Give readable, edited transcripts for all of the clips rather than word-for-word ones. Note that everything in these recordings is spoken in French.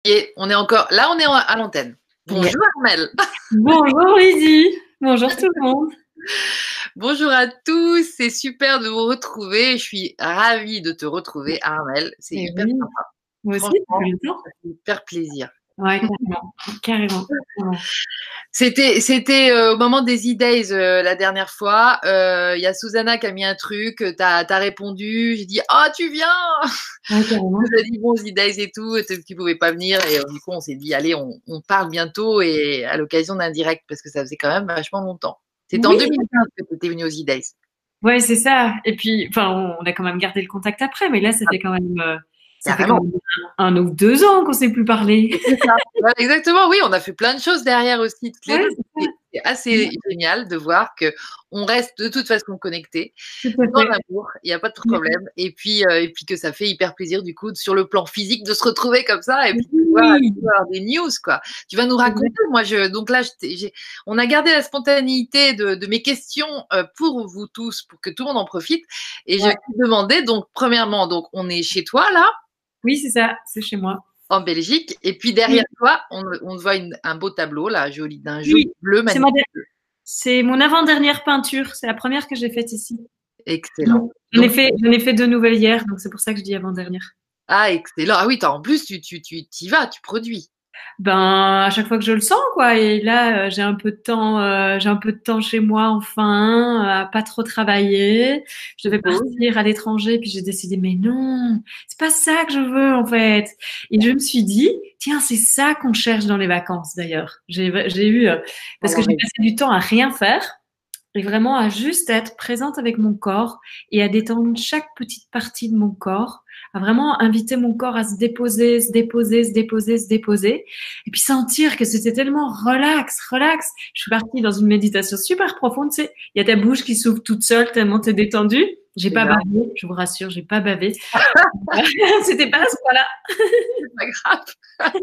est, on est encore, là, on est à l'antenne. Bonjour Armelle. Bonjour Lydie, bonjour tout le monde. Bonjour à tous, c'est super de vous retrouver. Je suis ravie de te retrouver, Armelle. C'est hyper sympa. Moi aussi, Franchement, ça ça fait hyper plaisir. Ouais, carrément. C'était au moment des E-Days la dernière fois. Il y a Susanna qui a mis un truc, t'as répondu. J'ai dit tu viens. Ouais, carrément. J'ai dit bon E-Days et tout, tu pouvais pas venir et du coup on s'est dit allez on parle bientôt et à l'occasion d'un direct parce que ça faisait quand même vachement longtemps. C'était en 2015 que tu étais venue aux E-Days. Ouais, c'est ça. Et puis, enfin, on a quand même gardé le contact après, mais là, ça fait quand même, ça fait quand même 1 ou 2 ans qu'on s'est plus parlé. C'est ça. Ouais, exactement, oui, on a fait plein de choses derrière aussi, toutes les Ouais, deux. C'est assez génial de voir que on reste de toute façon connectés tout à dans fait. l'amour, il n'y a pas de problème. Et puis que ça fait hyper plaisir du coup sur le plan physique de se retrouver comme ça et puis de voir des news quoi. Tu vas nous raconter, donc là on a gardé la spontanéité de mes questions pour vous tous, pour que tout le monde en profite. Et je te demandais donc premièrement, donc on est chez toi là. Oui, c'est ça, c'est chez moi. En Belgique. Et puis derrière toi, on voit un beau tableau, là, joli, d'un joli bleu magnifique. C'est mon avant-dernière peinture. C'est la première que j'ai faite ici. Excellent. J'en ai fait 2 nouvelles hier, donc c'est pour ça que je dis avant-dernière. Ah, excellent. Ah oui, en plus, tu y vas, tu produis. Ben, à chaque fois que je le sens, quoi. Et là, j'ai un peu de temps chez moi, enfin, à pas trop travailler. Je devais partir à l'étranger, puis j'ai décidé, mais non, c'est pas ça que je veux, en fait. Et je me suis dit, tiens, c'est ça qu'on cherche dans les vacances, d'ailleurs. J'ai eu, parce que j'ai passé du temps à rien faire. Et vraiment à juste être présente avec mon corps et à détendre chaque petite partie de mon corps, à vraiment inviter mon corps à se déposer, se déposer, se déposer, se déposer, et puis sentir que c'était tellement relax, relax. Je suis partie dans une méditation super profonde, tu sais, il y a ta bouche qui s'ouvre toute seule tellement t'es détendue. J'ai pas bavé, je vous rassure, j'ai pas bavé. C'était pas à ce point-là. C'est pas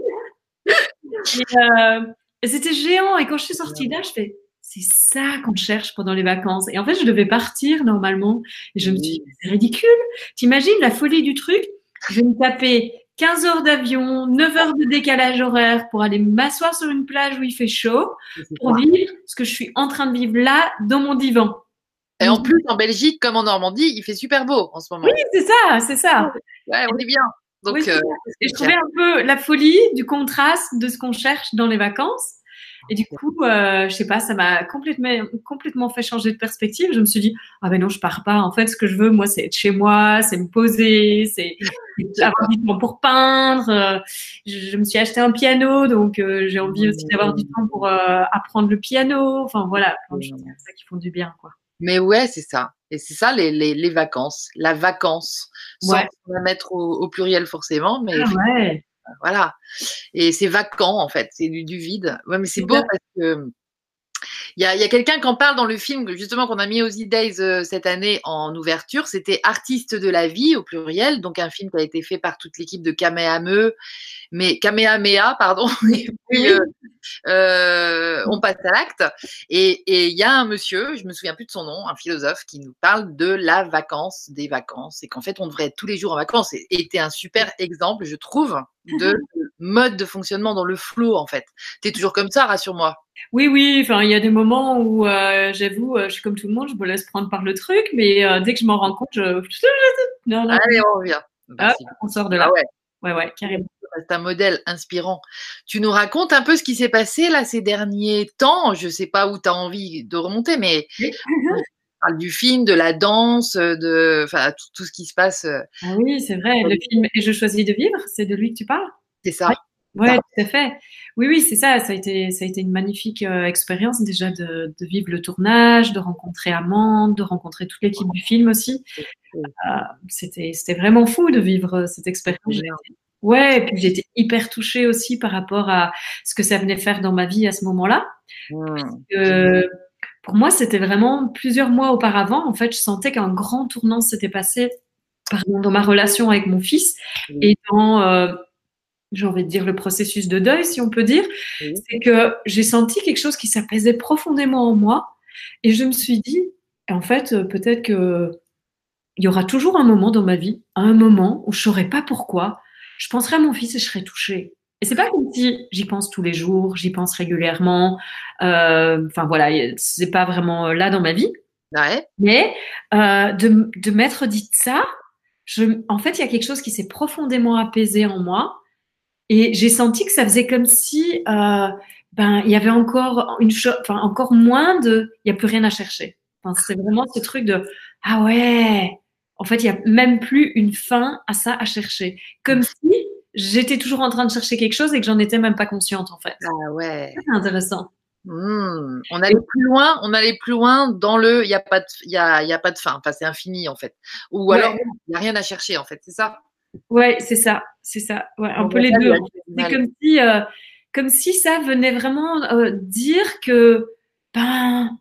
grave. Et c'était géant. Et quand je suis sortie là, je fais, c'est ça qu'on cherche pendant les vacances. Et en fait, je devais partir normalement. Et je me suis dit, c'est ridicule. T'imagines la folie du truc? Je vais me taper 15 heures d'avion, 9 heures de décalage horaire pour aller m'asseoir sur une plage où il fait chaud, pour vivre ce que je suis en train de vivre là, dans mon divan. Et en plus, en Belgique, comme en Normandie, il fait super beau en ce moment. Oui, c'est ça, c'est ça. Ouais, on est bien. Donc, oui, et je trouvais un peu la folie du contraste de ce qu'on cherche dans les vacances. Et du coup, je sais pas, ça m'a complètement fait changer de perspective. Je me suis dit, ah ben non, je pars pas. En fait, ce que je veux, moi, c'est être chez moi, c'est me poser, c'est avoir du temps pour peindre. Je me suis acheté un piano, donc j'ai envie aussi d'avoir du temps pour apprendre le piano. Enfin voilà, plein de choses comme ça qui font du bien, quoi. Mais ouais, c'est ça. Et c'est ça les vacances, la vacance, sans la mettre au pluriel forcément, mais voilà. Et c'est vacant en fait, c'est du vide. Ouais, mais c'est beau parce que il y a quelqu'un qui en parle dans le film justement qu'on a mis aux E-Days cette année en ouverture. C'était Artistes de la vie au pluriel, donc un film qui a été fait par toute l'équipe de Kamehameha, pardon. Et puis, on passe à l'acte. Et il y a un monsieur, je me souviens plus de son nom, un philosophe qui nous parle de la vacance des vacances et qu'en fait on devrait être tous les jours en vacances. Et était un super exemple, je trouve, de mode de fonctionnement dans le flow en fait. T'es toujours comme ça, rassure-moi. Oui, enfin, il y a des moments où, j'avoue, je suis comme tout le monde, je me laisse prendre par le truc, mais dès que je m'en rends compte, non. Allez, on revient. Hop, on sort de là. Ah ouais, carrément. C'est un modèle inspirant. Tu nous racontes un peu ce qui s'est passé là ces derniers temps. Je sais pas où tu as envie de remonter, mais on parle du film, de la danse, enfin tout ce qui se passe. Ah oui, c'est vrai. Le film Et je choisis de vivre, c'est de lui que tu parles? C'est ça. Oui, tout à fait. Oui, c'est ça. Ça a été une magnifique expérience déjà de vivre le tournage, de rencontrer Amande, de rencontrer toute l'équipe du film aussi. C'était vraiment fou de vivre cette expérience. Ouais, et puis j'étais hyper touchée aussi par rapport à ce que ça venait faire dans ma vie à ce moment-là. Pour moi, c'était vraiment plusieurs mois auparavant. En fait, je sentais qu'un grand tournant s'était passé dans ma relation avec mon fils et dans j'ai envie de dire le processus de deuil, si on peut dire, c'est que j'ai senti quelque chose qui s'apaisait profondément en moi et je me suis dit, en fait, peut-être que il y aura toujours un moment dans ma vie, un moment où je saurais pas pourquoi, je penserai à mon fils et je serai touchée. Et c'est pas comme si j'y pense tous les jours, j'y pense régulièrement. Enfin voilà, c'est pas vraiment là dans ma vie. Ouais. Mais de m'être dit ça, en fait, il y a quelque chose qui s'est profondément apaisé en moi. Et j'ai senti que ça faisait comme si il y avait encore une chose, enfin encore moins de, il y a plus rien à chercher. Enfin, c'est vraiment ce truc de ah ouais, en fait, il y a même plus une fin à ça à chercher. Comme si j'étais toujours en train de chercher quelque chose et que j'en étais même pas consciente en fait. Ah C'est ouais. intéressant. On allait plus loin, dans le il y a pas de il y a pas de fin, enfin c'est infini en fait. Ou alors Ouais, il y a rien à chercher en fait, c'est ça? ouais, c'est ça, c'est ça. Ouais, un On peu voit les pas deux, le en fait. C'est animal. comme si ça venait vraiment dire que ben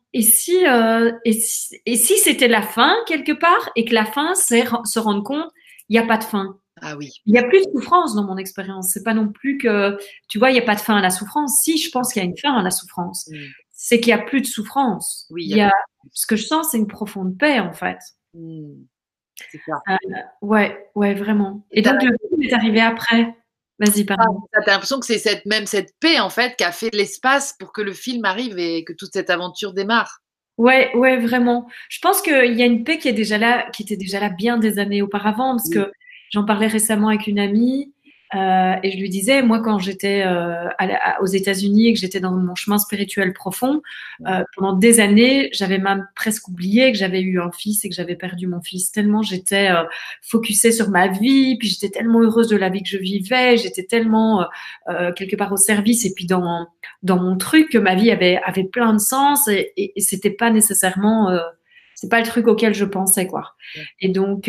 et si c'était la fin quelque part et que la fin c'est se rendre compte il n'y a pas de fin. Ah oui. Il y a plus de souffrance dans mon expérience. C'est pas non plus que tu vois il y a pas de fin à la souffrance. Si je pense qu'il y a une fin à la souffrance, Mmh. c'est qu'il y a plus de souffrance. Oui, il Il y a y a plus ce que je sens c'est une profonde paix en fait. mmh, c'est ça. Euh, ouais, ouais, vraiment. Et Et tu donc le film est arrivé après. Vas-y, pardon. as l'impression que c'est cette paix en fait qui a fait l'espace pour que le film arrive et que toute cette aventure démarre. Ouais, ouais, vraiment. Je pense qu'il y a une paix qui est déjà là, qui était déjà là bien des années auparavant, parce Oui. que j'en parlais récemment avec une amie et je lui disais, moi, quand j'étais aux États-Unis et que j'étais dans mon chemin spirituel profond, pendant des années, j'avais même presque oublié que j'avais eu un fils et que j'avais perdu mon fils. Tellement j'étais focusée sur ma vie, puis j'étais tellement heureuse de la vie que je vivais, j'étais tellement quelque part au service et puis dans mon truc que ma vie avait plein de sens et c'était pas nécessairement c'est pas le truc auquel je pensais quoi. Et donc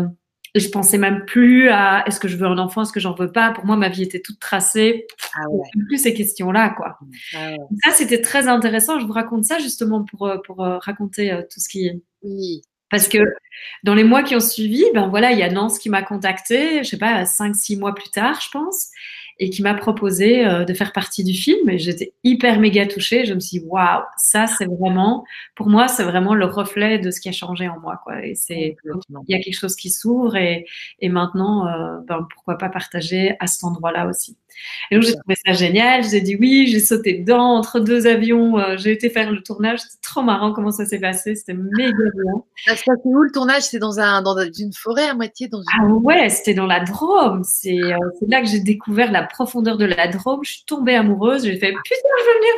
je pensais même plus à est-ce que je veux un enfant, est-ce que j'en veux pas. Pour moi, ma vie était toute tracée. Ah Il n'y ouais. avait plus ces questions-là quoi. Ah ouais. Ça, c'était très intéressant. Je vous raconte ça justement pour raconter tout ce qui Oui. parce que dans les mois qui ont suivi, ben voilà, il y a Nance qui m'a contactée, je sais pas, 5, 6 mois plus tard, je pense, et qui m'a proposé de faire partie du film. Et j'étais hyper méga touchée. Je me suis dit, waouh, ça c'est vraiment, pour moi, c'est vraiment le reflet de ce qui a changé en moi, quoi. Et c'est, Complètement. il y a quelque chose qui s'ouvre et maintenant, ben pourquoi pas partager à cet endroit-là aussi. Et donc j'ai trouvé ça génial. J'ai dit oui, j'ai sauté dedans entre deux avions. J'ai été faire le tournage. C'était trop marrant comment ça s'est passé. C'était méga bien. Ça se passait où le tournage? C'est dans une forêt à moitié, dans Ah une. ouais, c'était dans la Drôme. C'est là que j'ai découvert la profondeur de la Drôme. Je suis tombée amoureuse. J'ai fait putain, je veux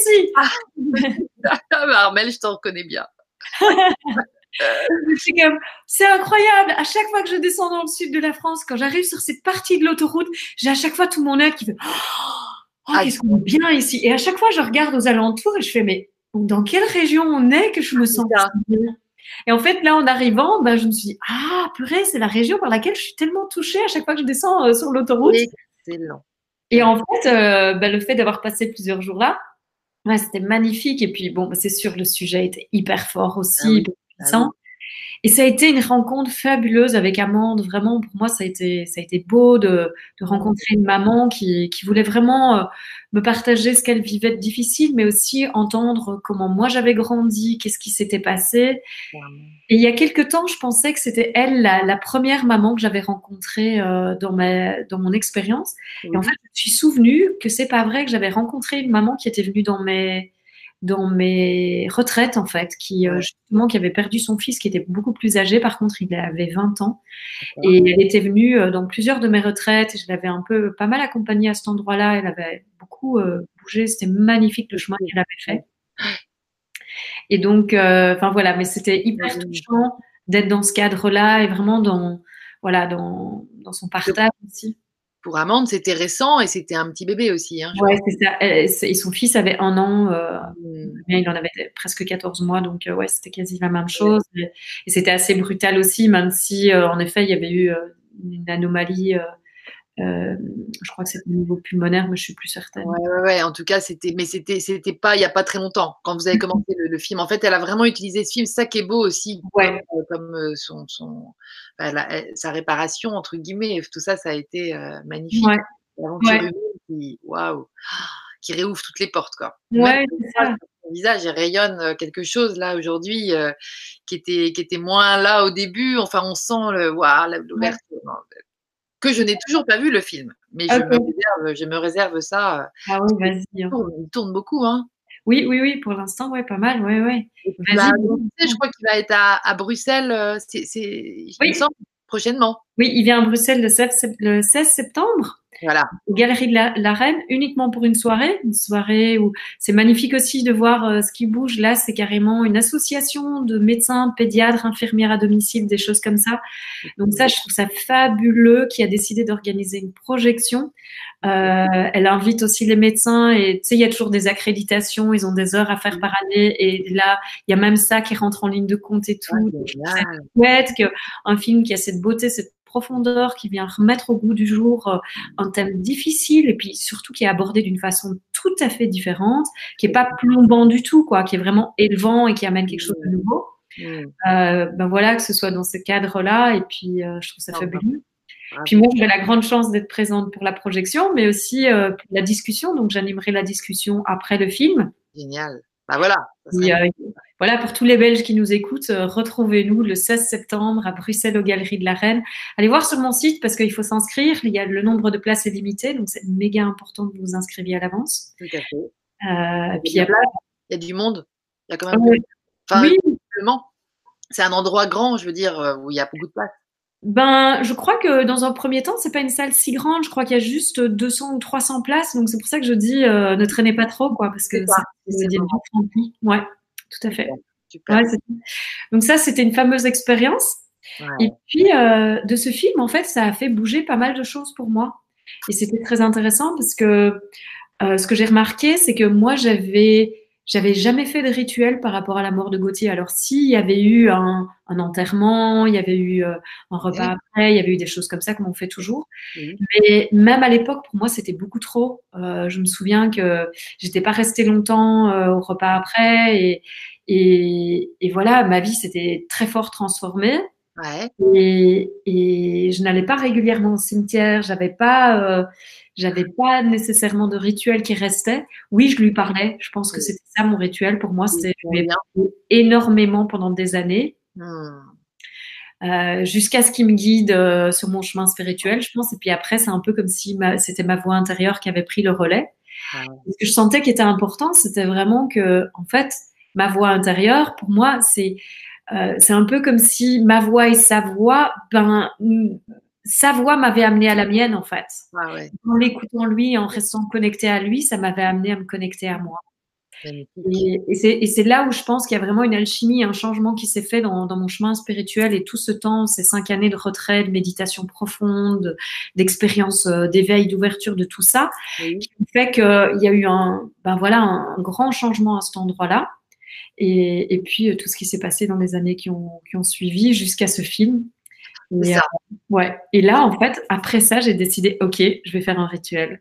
venir vivre ici. Ah bah, Armel, je t'en reconnais bien. C'est comme, c'est incroyable. À chaque fois que je descends dans le sud de la France, quand j'arrive sur cette partie de l'autoroute, j'ai à chaque fois tout mon œil qui fait oh, Ah, qu'est-ce qu'on est bien ici. Et à chaque fois, je regarde aux alentours et je fais mais dans quelle région on est que je me c'est sens ça. bien. Et en fait, là, en arrivant, ben, je me suis dit, ah, purée, c'est la région par laquelle je suis tellement touchée à chaque fois que je descends sur l'autoroute. Excellent. Et en fait, ben, le fait d'avoir passé plusieurs jours là, ouais, c'était magnifique. Et puis, bon, ben, c'est sûr, le sujet était hyper fort Ah aussi, oui. hyper Ah oui. puissant. Et ça a été une rencontre fabuleuse avec Amande. Vraiment, pour moi, ça a été beau de rencontrer une maman qui voulait vraiment me partager ce qu'elle vivait de difficile, mais aussi entendre comment moi j'avais grandi, qu'est-ce qui s'était passé. Et il y a quelque temps, je pensais que c'était elle la première maman que j'avais rencontrée dans mon expérience. Et en Oui. fait, je me suis souvenue que c'est pas vrai que j'avais rencontré une maman qui était venue dans mes retraites en fait, qui Ouais, justement qui avait perdu son fils, qui était beaucoup plus âgé. Par contre, il avait 20 ans d'accord. et elle était venue dans plusieurs de mes retraites. Et je l'avais un peu pas mal accompagnée à cet endroit-là. Elle avait beaucoup bougé. C'était magnifique le chemin qu'elle avait Ouais. fait. Et donc, enfin voilà, mais c'était hyper J'imagine. touchant d'être dans ce cadre-là et vraiment dans voilà dans son partage aussi. Pour Amande, c'était récent et c'était un petit bébé aussi, hein, je Ouais, crois. c'est ça. Et son fils avait 1 an, Mmh. il en avait presque 14 mois, donc ouais, c'était quasi la même chose. Et c'était assez brutal aussi, même si en effet il y avait eu une anomalie. Je crois que c'était au niveau pulmonaire, mais je suis plus certaine. Ouais, ouais, ouais. En tout cas, c'était pas il y a pas très longtemps, quand vous avez commencé le film. En fait, elle a vraiment utilisé ce film. C'est ça qui est beau aussi, Ouais, comme enfin, sa «réparation» entre guillemets. Tout ça, ça a été magnifique. ouais, L'aventure ouais, humaine qui waouh, qui réouvre toutes les portes, quoi. Même ouais, on c'est voit ça. sur son visage, il rayonne quelque chose là aujourd'hui qui était moins là au début. Enfin, on sent le waouh, Ouais. l'ouverture. que je n'ai toujours pas vu le film, mais je me réserve ça. Ah oui, vas-y. Hein. Il tourne beaucoup, hein. Oui, oui, oui, pour l'instant, ouais, pas mal, ouais, ouais. Vas-y. Je crois qu'il va être à Bruxelles, il me semble, prochainement. Oui, il vient à Bruxelles le 16 septembre. Voilà. Galerie de la Reine, uniquement pour une soirée où c'est magnifique aussi de voir ce qui bouge. Là, c'est carrément une association de médecins, pédiatres, infirmières à domicile, des choses comme ça. Donc ça, je trouve ça fabuleux qui a décidé d'organiser une projection. Elle invite aussi les médecins et tu sais, il y a toujours des accréditations, ils ont des heures à faire par année et là, il y a même ça qui rentre en ligne de compte et tout. C'est chouette qu'un film qui a cette beauté, cette profondeur, qui vient remettre au goût du jour un thème difficile et puis surtout qui est abordé d'une façon tout à fait différente, qui est pas plombant du tout, quoi, qui est vraiment élevant et qui amène quelque chose de nouveau. Ben voilà, que ce soit dans ce cadre-là et puis je trouve ça fabuleux. Puis moi, j'ai la grande chance d'être présente pour la projection, mais aussi pour la discussion. Donc, j'animerai la discussion après le film. Génial. Bah voilà. Voilà, pour tous les Belges qui nous écoutent, retrouvez-nous le 16 septembre à Bruxelles aux Galeries de la Reine. Allez voir sur mon site parce qu'il faut s'inscrire. Il y a le nombre de places est limité, donc c'est méga important que vous vous inscriviez à l'avance. Tout à fait. Puis il y a du monde. Il y a quand même. Oui. C'est un endroit grand, je veux dire, où il y a beaucoup de place. Ben, je crois que dans un premier temps, c'est pas une salle si grande. Je crois qu'il y a juste 200 ou 300 places. Donc, c'est pour ça que je dis ne traînez pas trop, quoi, parce que c'est vite rempli. Ouais, tout à fait. Super. Ouais, donc, ça, c'était une fameuse expérience. Ouais. Et puis, de ce film, en fait, ça a fait bouger pas mal de choses pour moi. Et c'était très intéressant parce que ce que j'ai remarqué, c'est que moi, j'avais jamais fait de rituel par rapport à la mort de Gauthier. Alors, s'il y avait eu un enterrement, il y avait eu un repas après, il y avait eu des choses comme ça, comme on fait toujours. Mais même à l'époque, pour moi, c'était beaucoup trop. Je me souviens que j'étais pas restée longtemps au repas après. Et voilà, ma vie s'était très fort transformée. Ouais. Et je n'allais pas régulièrement au cimetière. J'avais pas nécessairement de rituel qui restait. Oui, je lui parlais. Je pense que c'était ça mon rituel. Pour moi, c'était je lui ai parlé énormément pendant des années. Jusqu'à ce qu'il me guide sur mon chemin spirituel, je pense. Et puis après, c'est un peu comme si c'était ma voix intérieure qui avait pris le relais. Ce que je sentais qui était important, c'était vraiment que, en fait, ma voix intérieure, pour moi, c'est un peu comme si ma voix et sa voix, sa voix m'avait amené à la mienne, en fait. Ah ouais. En l'écoutant lui, en restant connecté à lui, ça m'avait amené à me connecter à moi. Et c'est là où je pense qu'il y a vraiment une alchimie, un changement qui s'est fait dans mon chemin spirituel et tout ce temps, ces 5 années de retrait, de méditation profonde, d'expérience d'éveil, d'ouverture, de tout ça, qui fait qu'il y a eu un grand changement à cet endroit-là. Et puis tout ce qui s'est passé dans les années qui ont suivi jusqu'à ce film. Et là, en fait, après ça, j'ai décidé, ok, je vais faire un rituel.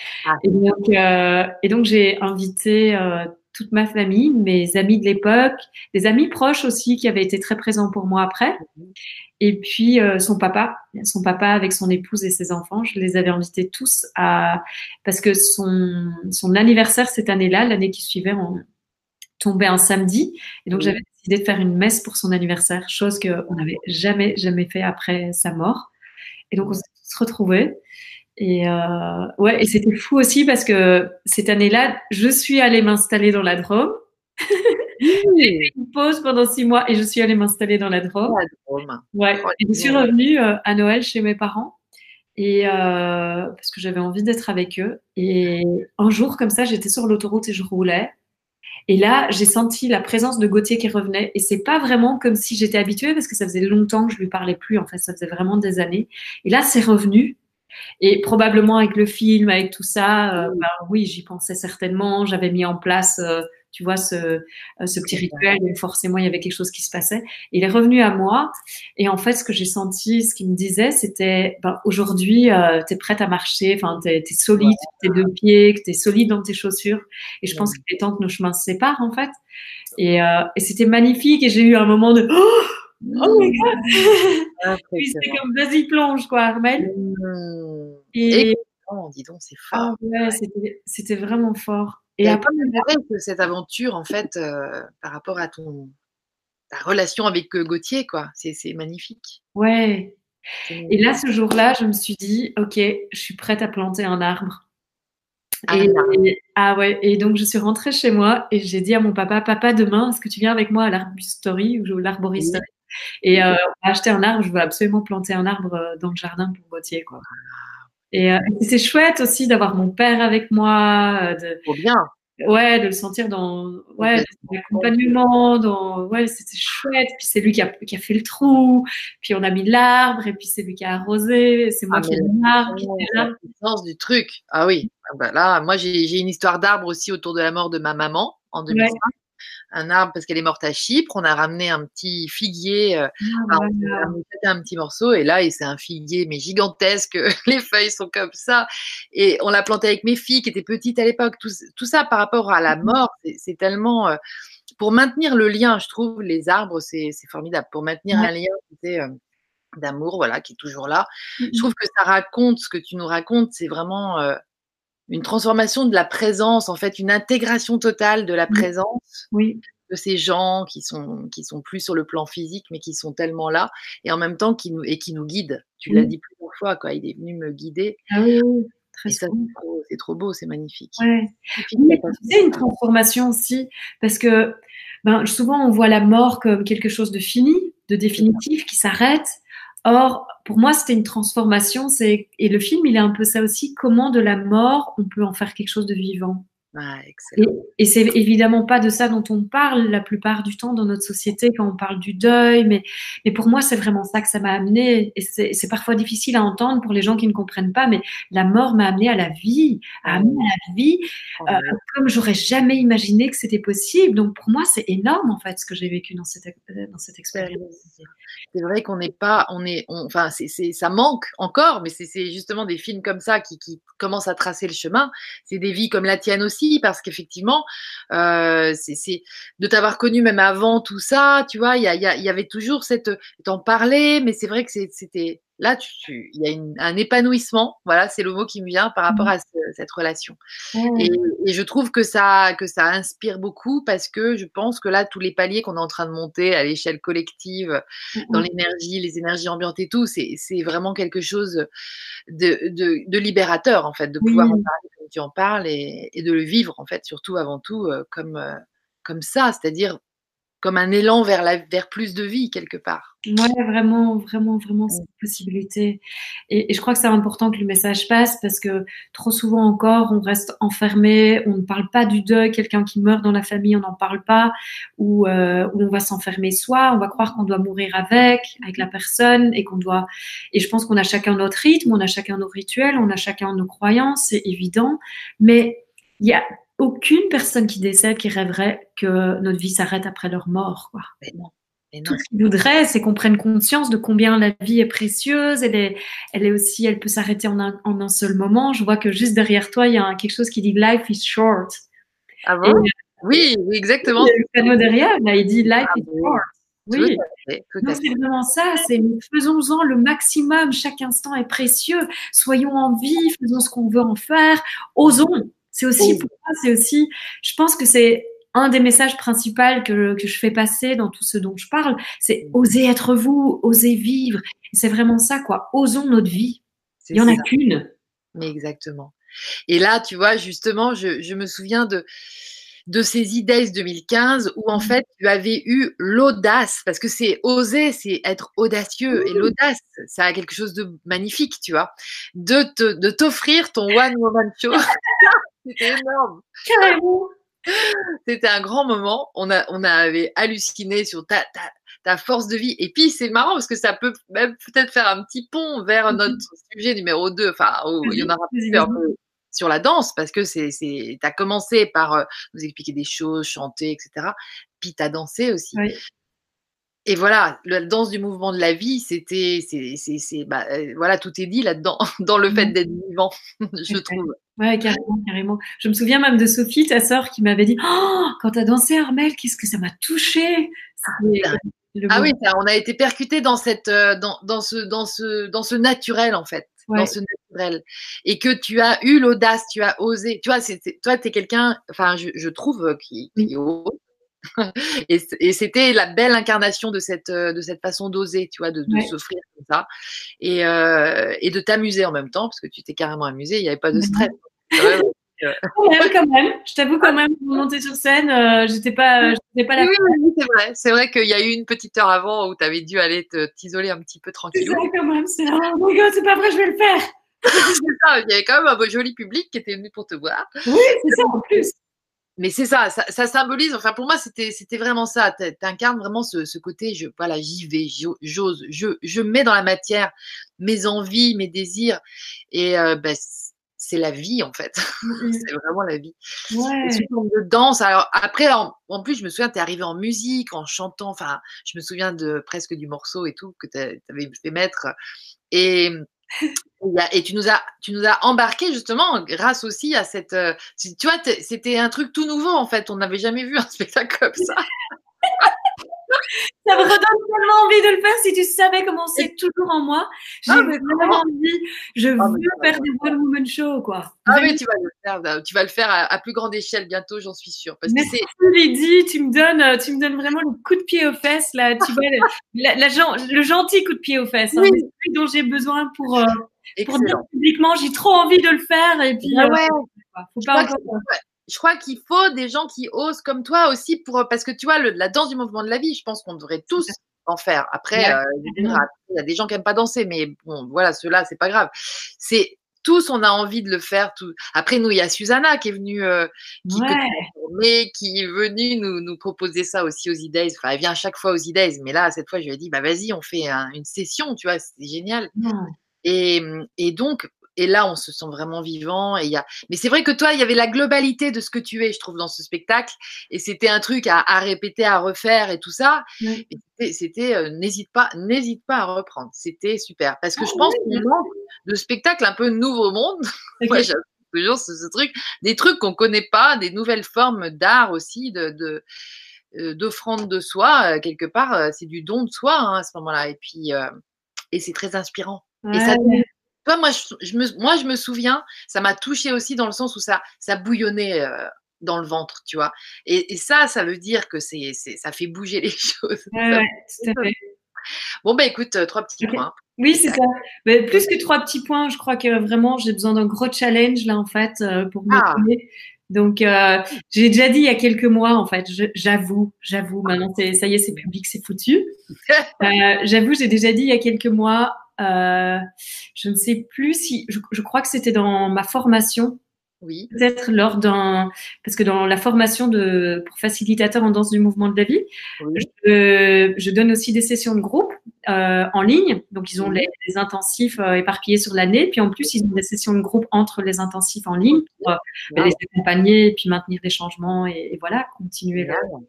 Et donc, j'ai invité toute ma famille, mes amis de l'époque, des amis proches aussi qui avaient été très présents pour moi après. Et puis son papa avec son épouse et ses enfants, je les avais invités tous parce que son anniversaire cette année-là, l'année qui suivait, tombait un samedi. Et donc, j'avais décidé de faire une messe pour son anniversaire, chose qu'on n'avait jamais fait après sa mort. Et donc, on s'est tous retrouvés. Et et c'était fou aussi parce que cette année-là, je suis allée m'installer dans la Drôme. J'ai fait une pause pendant 6 mois et je suis allée m'installer dans la Drôme. Ouais. Et je suis revenue à Noël chez mes parents. Et parce que j'avais envie d'être avec eux. Et un jour, comme ça, j'étais sur l'autoroute et je roulais. Et là, j'ai senti la présence de Gauthier qui revenait. Et c'est pas vraiment comme si j'étais habituée parce que ça faisait longtemps que je lui parlais plus. En fait, ça faisait vraiment des années. Et là, c'est revenu. Et probablement avec le film, avec tout ça, oui, j'y pensais certainement. J'avais mis en place, tu vois, ce petit rituel. Donc forcément, il y avait quelque chose qui se passait. Et il est revenu à moi. Et en fait, ce que j'ai senti, ce qu'il me disait, c'était aujourd'hui, t'es prête à marcher. Enfin, t'es solide sur tes 2 pieds, que t'es solide dans tes chaussures. Et je pense qu'il est temps que nos chemins se séparent, en fait. Et c'était magnifique. Et j'ai eu un moment de oh my God! Puis c'est comme vas-y plonge quoi, Armel. Et dis donc, c'est fort. Ouais, c'était vraiment fort. Et après, cette aventure en fait par rapport à ta relation avec Gauthier, quoi. C'est magnifique. Ouais. Et là, ce jour-là, je me suis dit, OK, je suis prête à planter un arbre. Et donc je suis rentrée chez moi et j'ai dit à mon papa, papa, demain, est-ce que tu viens avec moi à l'arbristerie ou l'arboristerie? Et on a acheté un arbre, je veux absolument planter un arbre dans le jardin pour Gauthier, quoi. Et c'est chouette aussi d'avoir mon père avec moi, Trop bien. Ouais, de le sentir dans l'accompagnement, c'était chouette. Puis c'est lui qui a fait le trou, puis on a mis l'arbre, et puis c'est lui qui a arrosé, c'est moi qui ai mis l'arbre. La puissance du truc. Ah oui. Là, moi j'ai une histoire d'arbre aussi autour de la mort de ma maman en 2005. Un arbre parce qu'elle est morte à Chypre. On a ramené un petit figuier, on a fait un petit morceau et là, c'est un figuier mais gigantesque. Les feuilles sont comme ça et on l'a planté avec mes filles qui étaient petites à l'époque. Tout ça par rapport à la mort, c'est tellement pour maintenir le lien. Je trouve les arbres c'est formidable pour maintenir un lien d'amour, voilà, qui est toujours là. Je trouve que ça raconte ce que tu nous racontes, c'est vraiment une transformation de la présence, en fait, une intégration totale de la présence de ces gens qui sont plus sur le plan physique, mais qui sont tellement là, et en même temps qui nous guident. Tu l'as dit plusieurs fois, quoi. Il est venu me guider. Ah oui, et ça, c'est trop beau, c'est magnifique. Ouais. C'est une transformation aussi, parce que souvent on voit la mort comme quelque chose de fini, de définitif, qui s'arrête. Or, pour moi, c'était une transformation. Et le film, il est un peu ça aussi. Comment de la mort, on peut en faire quelque chose de vivant. Et c'est évidemment pas de ça dont on parle la plupart du temps dans notre société quand on parle du deuil, mais pour moi, c'est vraiment ça que ça m'a amené. Et c'est parfois difficile à entendre pour les gens qui ne comprennent pas, mais la mort m'a amené à la vie, comme j'aurais jamais imaginé que c'était possible. Donc pour moi, c'est énorme en fait ce que j'ai vécu dans cette expérience. C'est vrai qu'on n'est pas, enfin, ça manque encore, mais c'est justement des films comme ça qui commencent à tracer le chemin. C'est des vies comme la tienne aussi, parce qu'effectivement, c'est de t'avoir connu même avant tout ça, tu vois, il y avait toujours t'en parler, mais c'est vrai que c'était là, il y a un épanouissement, voilà, c'est le mot qui me vient par rapport à cette relation. Et je trouve que ça inspire beaucoup, parce que je pense que là, tous les paliers qu'on est en train de monter à l'échelle collective, dans l'énergie, les énergies ambiantes et tout, c'est vraiment quelque chose de libérateur, en fait, de pouvoir en parler comme tu en parles et de le vivre, en fait, surtout avant tout, comme ça, c'est-à-dire comme un élan vers plus de vie, quelque part. Ouais, vraiment, vraiment, vraiment, cette possibilité. Et je crois que c'est important que le message passe, parce que trop souvent encore, on reste enfermé, on ne parle pas du deuil, quelqu'un qui meurt dans la famille, on n'en parle pas, ou on va s'enfermer soi, on va croire qu'on doit mourir avec la personne, et je pense qu'on a chacun notre rythme, on a chacun nos rituels, on a chacun nos croyances, c'est évident, mais il y a aucune personne qui décède qui rêverait que notre vie s'arrête après leur mort, quoi. Tout ce qu'ils voudraient, c'est qu'on prenne conscience de combien la vie est précieuse. Elle peut s'arrêter en un seul moment. Je vois que juste derrière toi, il y a quelque chose qui dit Life is short. Ah bon? Oui, exactement. Il y a le panneau derrière, là, il dit Life is short. Oui, donc c'est vraiment ça, faisons-en le maximum, chaque instant est précieux, soyons en vie, faisons ce qu'on veut en faire, osons. C'est aussi, pour moi, je pense que c'est un des messages principaux que je fais passer dans tout ce dont je parle, c'est oser être vous, oser vivre. Et c'est vraiment ça, quoi. Osons notre vie. Il n'y en a qu'une. Mais exactement. Et là, tu vois, justement, je me souviens de ces Idées 2015 où en fait tu avais eu l'audace, parce que c'est oser, c'est être audacieux, et l'audace, ça a quelque chose de magnifique, tu vois, de t'offrir ton one woman show. C'était énorme. Carrément. C'était un grand moment. On avait halluciné sur ta force de vie. Et puis, c'est marrant parce que ça peut même peut-être faire un petit pont vers notre sujet numéro 2. Enfin, il y en aura plus un peu sur la danse, parce que tu as commencé par nous expliquer des choses, chanter, etc. Puis tu as dansé aussi. Oui. Et voilà, la danse du mouvement de la vie, voilà, tout est dit là-dedans, dans le fait d'être vivant, je trouve. Ouais, carrément, carrément. Je me souviens même de Sophie, ta sœur, qui m'avait dit, oh, quand t'as dansé, Armelle, qu'est-ce que ça m'a touchée. Oui, on a été percutés dans ce naturel, en fait. Ouais. Dans ce naturel. Et que tu as eu l'audace, tu as osé. Tu vois, toi, t'es quelqu'un, enfin, je trouve, qui ose. Et c'était la belle incarnation de cette façon d'oser, tu vois, de s'offrir comme ça et de t'amuser en même temps parce que tu t'es carrément amusée, il n'y avait pas de stress. Ouais, quand même. Je t'avoue quand même, pour monter sur scène, j'étais pas la. Oui, c'est vrai. C'est vrai qu'il y a eu une petite heure avant où tu avais dû aller t'isoler un petit peu tranquillou. C'est ça quand même. C'est là, oh my god, c'est pas vrai, je vais le faire. C'est ça, il y avait quand même un joli public qui était venu pour te voir. Oui, c'est ça en plus. Mais c'est ça symbolise, enfin pour moi c'était vraiment ça, t'incarnes vraiment ce côté, voilà, j'y vais, j'ose, je mets dans la matière mes envies, mes désirs et c'est la vie en fait, c'est vraiment la vie. Ouais. Et sous forme de danse, alors après en plus je me souviens, t'es arrivée en musique, en chantant, enfin je me souviens presque du morceau et tout que t'avais fait mettre et tu nous as embarqué justement grâce aussi à cette. Tu vois, c'était un truc tout nouveau en fait. On n'avait jamais vu un spectacle comme ça. Ça me redonne tellement envie de le faire. Si tu savais comment c'est toujours en moi, j'ai vraiment envie. Je veux faire des One Woman Show, quoi. Ah oui, tu vas le faire à plus grande échelle bientôt, j'en suis sûre. Parce merci Lydie, tu me donnes vraiment le coup de pied aux fesses là. Tu vois le gentil coup de pied aux fesses, oui. Celui dont j'ai besoin pour dire publiquement j'ai trop envie de le faire et puis. Faut pas je crois qu'il faut des gens qui osent comme toi aussi parce que tu vois la danse du mouvement de la vie, je pense qu'on devrait tous en faire. Après, il y a des gens qui aiment pas danser, mais bon, voilà, ceux-là, c'est pas grave. Tous, on a envie de le faire. Après, nous, il y a Susanna qui est venue, qui est venue nous proposer ça aussi aux E-Days. Enfin, elle vient à chaque fois aux E-Days, mais là, cette fois, je lui ai dit, bah vas-y, on fait une session, tu vois, c'est génial. Et donc, et là, on se sent vraiment vivant. Mais c'est vrai que toi, il y avait la globalité de ce que tu es, je trouve, dans ce spectacle. Et c'était un truc à répéter, à refaire et tout ça. Et c'était n'hésite pas à reprendre. C'était super. Parce que je pense qu'on manque de spectacles un peu nouveau monde. Moi, j'aime toujours ce truc. Des trucs qu'on connaît pas, des nouvelles formes d'art aussi, d'offrande de soi. Quelque part, c'est du don de soi à ce moment-là. Et puis, et c'est très inspirant. Et ça. Toi, moi, je me souviens, ça m'a touchée aussi dans le sens où ça bouillonnait dans le ventre, tu vois. Et ça veut dire que ça fait bouger les choses. Ouais, tout à fait. Bon, écoute, 3 petits points. Oui, c'est ça. Mais plus que 3 petits points, je crois que vraiment, j'ai besoin d'un gros challenge, là, en fait, pour me motiver. Donc, j'ai déjà dit il y a quelques mois, en fait, j'avoue, maintenant, ça y est, c'est public, c'est foutu. J'avoue, j'ai déjà dit il y a quelques mois, je ne sais plus si, je crois que c'était dans ma formation. Oui. Peut-être parce que dans la formation pour facilitateur en danse du mouvement de la vie, je donne aussi des sessions de groupe en ligne. Donc, ils ont les intensifs éparpillés sur l'année. Puis en plus, ils ont des sessions de groupe entre les intensifs en ligne pour les accompagner et puis maintenir les changements et voilà, continuer.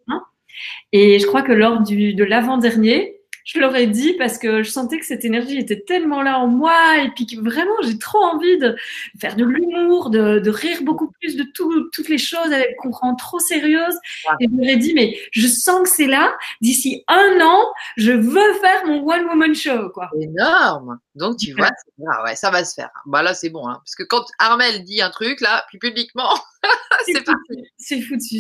Et je crois que lors de l'avant-dernier, je leur ai dit parce que je sentais que cette énergie était tellement là en moi et puis que vraiment j'ai trop envie de faire de l'humour, de rire beaucoup plus de toutes les choses qu'on rend trop sérieuses. Et je leur ai dit, mais je sens que c'est là. D'ici 1 an, je veux faire mon One Woman Show, quoi. Énorme. Donc tu vois, ça va se faire. Bah là c'est bon, hein, parce que quand Armelle dit un truc là, puis publiquement, c'est parti. C'est foutu.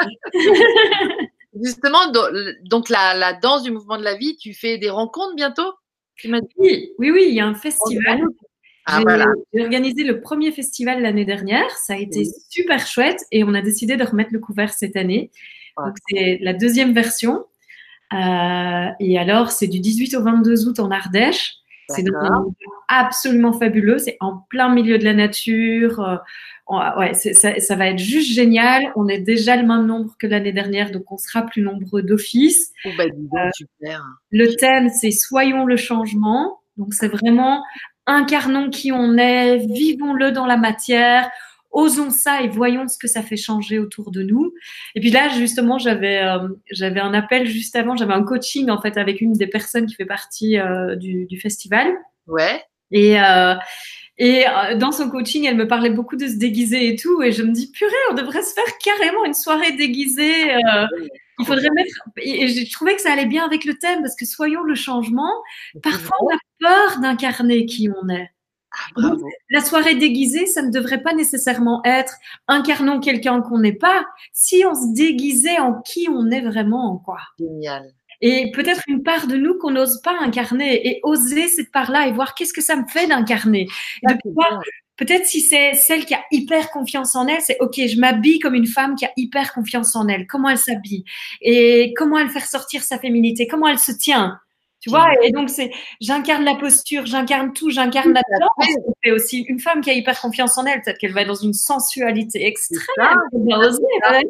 Justement, donc la danse du mouvement de la vie, tu fais des rencontres bientôt? Oui, il y a un festival. J'ai organisé le premier festival l'année dernière. Ça a été super chouette et on a décidé de remettre le couvert cette année. Donc, c'est la 2e version. Et alors, c'est du 18 au 22 août en Ardèche. C'est absolument fabuleux. C'est en plein milieu de la nature. Ça va être juste génial. On est déjà le même nombre que l'année dernière, donc on sera plus nombreux d'office. Super. Le thème, c'est Soyons le changement. Donc, c'est vraiment incarnons qui on est, vivons-le dans la matière, osons ça et voyons ce que ça fait changer autour de nous. Et puis là, justement, j'avais un appel juste avant, j'avais un coaching en fait avec une des personnes qui fait partie du festival. Ouais. Et dans son coaching, elle me parlait beaucoup de se déguiser et tout. Et je me dis, purée, on devrait se faire carrément une soirée déguisée. Il faudrait mettre. Et je trouvais que ça allait bien avec le thème parce que soyons le changement. Parfois, on a peur d'incarner qui on est. bravo. Donc, la soirée déguisée, ça ne devrait pas nécessairement être incarnons quelqu'un qu'on n'est pas, si on se déguisait en qui on est vraiment, quoi. Génial. Et peut-être une part de nous qu'on n'ose pas incarner et oser cette part-là et voir qu'est-ce que ça me fait d'incarner. Et de pouvoir, peut-être si c'est celle qui a hyper confiance en elle, c'est ok, je m'habille comme une femme qui a hyper confiance en elle. Comment elle s'habille et comment elle fait ressortir sa féminité, comment elle se tient. Tu vois, et donc j'incarne la posture, j'incarne tout, j'incarne la danse. C'est aussi une femme qui a hyper confiance en elle, peut-être qu'elle va être dans une sensualité extrême, elle va oser,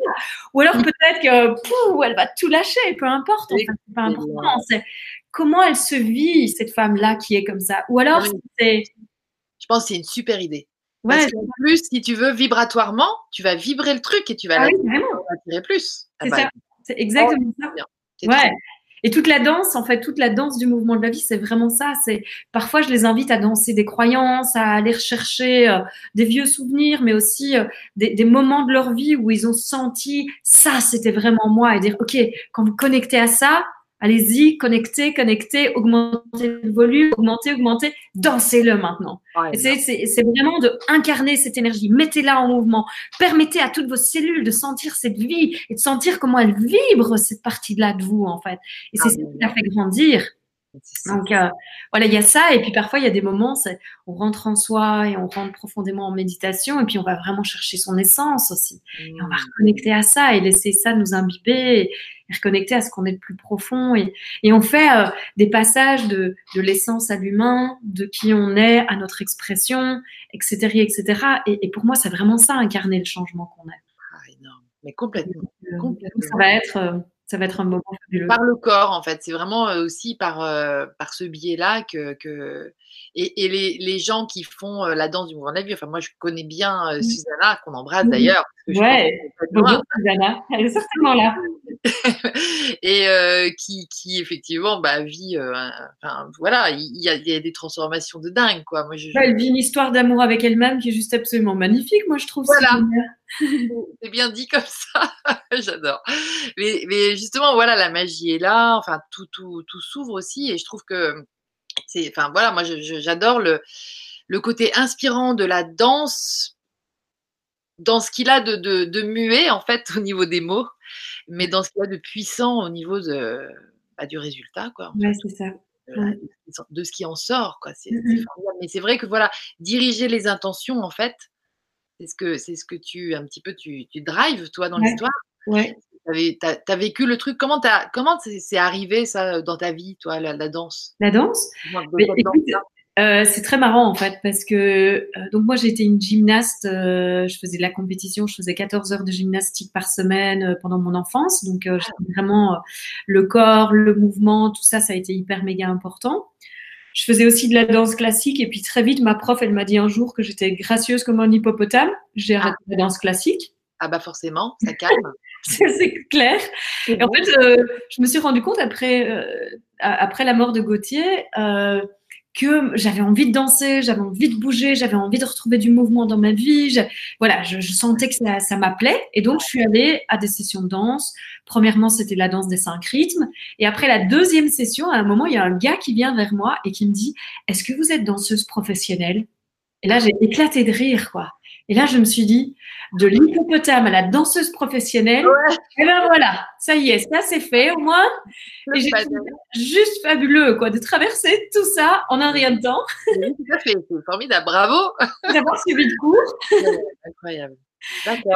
ou alors peut-être que elle va tout lâcher, peu importe, en fait, c'est pas important. C'est comment elle se vit, cette femme-là qui est comme ça. Ou alors c'est. Je pense que c'est une super idée. Ouais. Parce qu'en plus, si tu veux, vibratoirement, tu vas vibrer le truc et tu vas l'attirer plus. C'est ça, c'est exactement ça. Ouais. Et toute la danse, en fait, toute la danse du mouvement de la vie, c'est vraiment ça. C'est parfois je les invite à danser des croyances, à aller rechercher des vieux souvenirs, mais aussi des moments de leur vie où ils ont senti ça, c'était vraiment moi, et dire ok, quand vous connectez à ça, allez-y, connectez, augmentez le volume, augmentez, dansez-le maintenant. Ouais, c'est vraiment de incarner cette énergie, mettez-la en mouvement, permettez à toutes vos cellules de sentir cette vie et de sentir comment elle vibre, cette partie-là de vous, en fait. Et c'est ça qui la fait grandir. Donc, voilà, il y a ça. Et puis, parfois, il y a des moments, on rentre en soi et on rentre profondément en méditation. Et puis, on va vraiment chercher son essence aussi. Et on va reconnecter à ça et laisser ça nous imbiber et reconnecter à ce qu'on est de plus profond. Et on fait des passages de l'essence à l'humain, de qui on est, à notre expression, etc., etc. Et pour moi, c'est vraiment ça, incarner le changement qu'on est. Ah, énorme. Mais complètement. Donc, ça va être un moment fabuleux. Par le corps, en fait. C'est vraiment aussi par ce biais-là que et les gens qui font la danse du mouvement de la vie. Enfin, moi, je connais bien Susanna, qu'on embrasse d'ailleurs. Ouais, bonjour Susanna, elle est certainement là. Et qui effectivement vit. Enfin, voilà, il y a des transformations de dingue, quoi. Moi, elle vit une histoire d'amour avec elle-même qui est juste absolument magnifique, moi, je trouve. Voilà. C'est bien dit comme ça. J'adore. Mais justement, voilà, la magie est là. Enfin, tout s'ouvre aussi. Et je trouve que enfin, voilà, moi, j'adore le côté inspirant de la danse dans ce qu'il a de muet, en fait, au niveau des mots, mais dans ce qu'il a de puissant au niveau du résultat, quoi. Ouais, c'est ça. De ce qui en sort, quoi. C'est formidable. Mais c'est vrai que, voilà, diriger les intentions, en fait, c'est ce que tu drives, toi, dans l'histoire. Ouais. T'as vécu le truc. Comment c'est arrivé, ça, dans ta vie, toi, la danse? La danse? Écoute, c'est très marrant, en fait, parce que donc moi, j'ai été une gymnaste. Je faisais de la compétition. Je faisais 14 heures de gymnastique par semaine pendant mon enfance. Donc, j'étais vraiment le corps, le mouvement, tout ça, ça a été hyper méga important. Je faisais aussi de la danse classique et puis très vite, ma prof, elle m'a dit un jour que j'étais gracieuse comme un hippopotame. J'ai arrêté la danse classique. Ah bah forcément, ça calme. C'est clair. Et en fait, je me suis rendu compte après la mort de Gauthier que j'avais envie de danser, j'avais envie de bouger, j'avais envie de retrouver du mouvement dans ma vie. Je sentais que ça m'appelait. Et donc, je suis allée à des sessions de danse. Premièrement, c'était la danse des 5 rythmes. Et après la deuxième session, à un moment, il y a un gars qui vient vers moi et qui me dit « Est-ce que vous êtes danseuse professionnelle ?» Et là, j'ai éclaté de rire, quoi. Et là, je me suis dit, de l'hippopotame à la danseuse professionnelle, et ben voilà, ça y est, ça c'est fait au moins. Et j'ai trouvé juste fabuleux, quoi, de traverser tout ça en un rien de temps. Oui, tout à fait, c'est formidable, bravo. D'avoir suivi le cours. Incroyable. D'accord.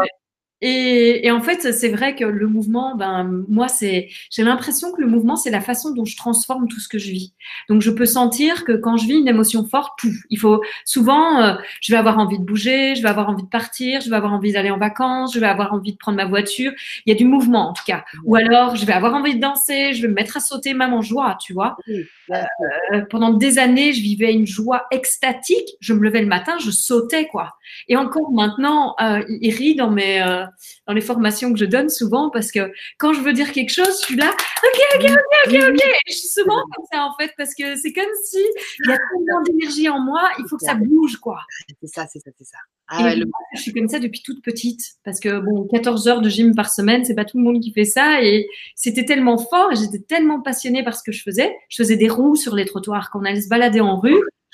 Et en fait, c'est vrai que le mouvement, moi, j'ai l'impression que le mouvement, c'est la façon dont je transforme tout ce que je vis. Donc, je peux sentir que quand je vis une émotion forte, il faut souvent, je vais avoir envie de bouger, je vais avoir envie de partir, je vais avoir envie d'aller en vacances, je vais avoir envie de prendre ma voiture. Il y a du mouvement, en tout cas. Ou alors, je vais avoir envie de danser, je vais me mettre à sauter, même en joie, tu vois. Pendant des années, je vivais une joie extatique. Je me levais le matin, je sautais, quoi. Et encore maintenant, il rit dans les formations que je donne souvent parce que quand je veux dire quelque chose, je suis là, ok. Et je suis souvent comme ça, en fait, parce que c'est comme si il y a tellement d'énergie en moi, il faut que ça bouge, quoi. C'est ça. Je suis comme ça depuis toute petite parce que 14 heures de gym par semaine, c'est pas tout le monde qui fait ça et c'était tellement fort et j'étais tellement passionnée par ce que je faisais. Je faisais des roues sur les trottoirs quand on allait se balader en rue.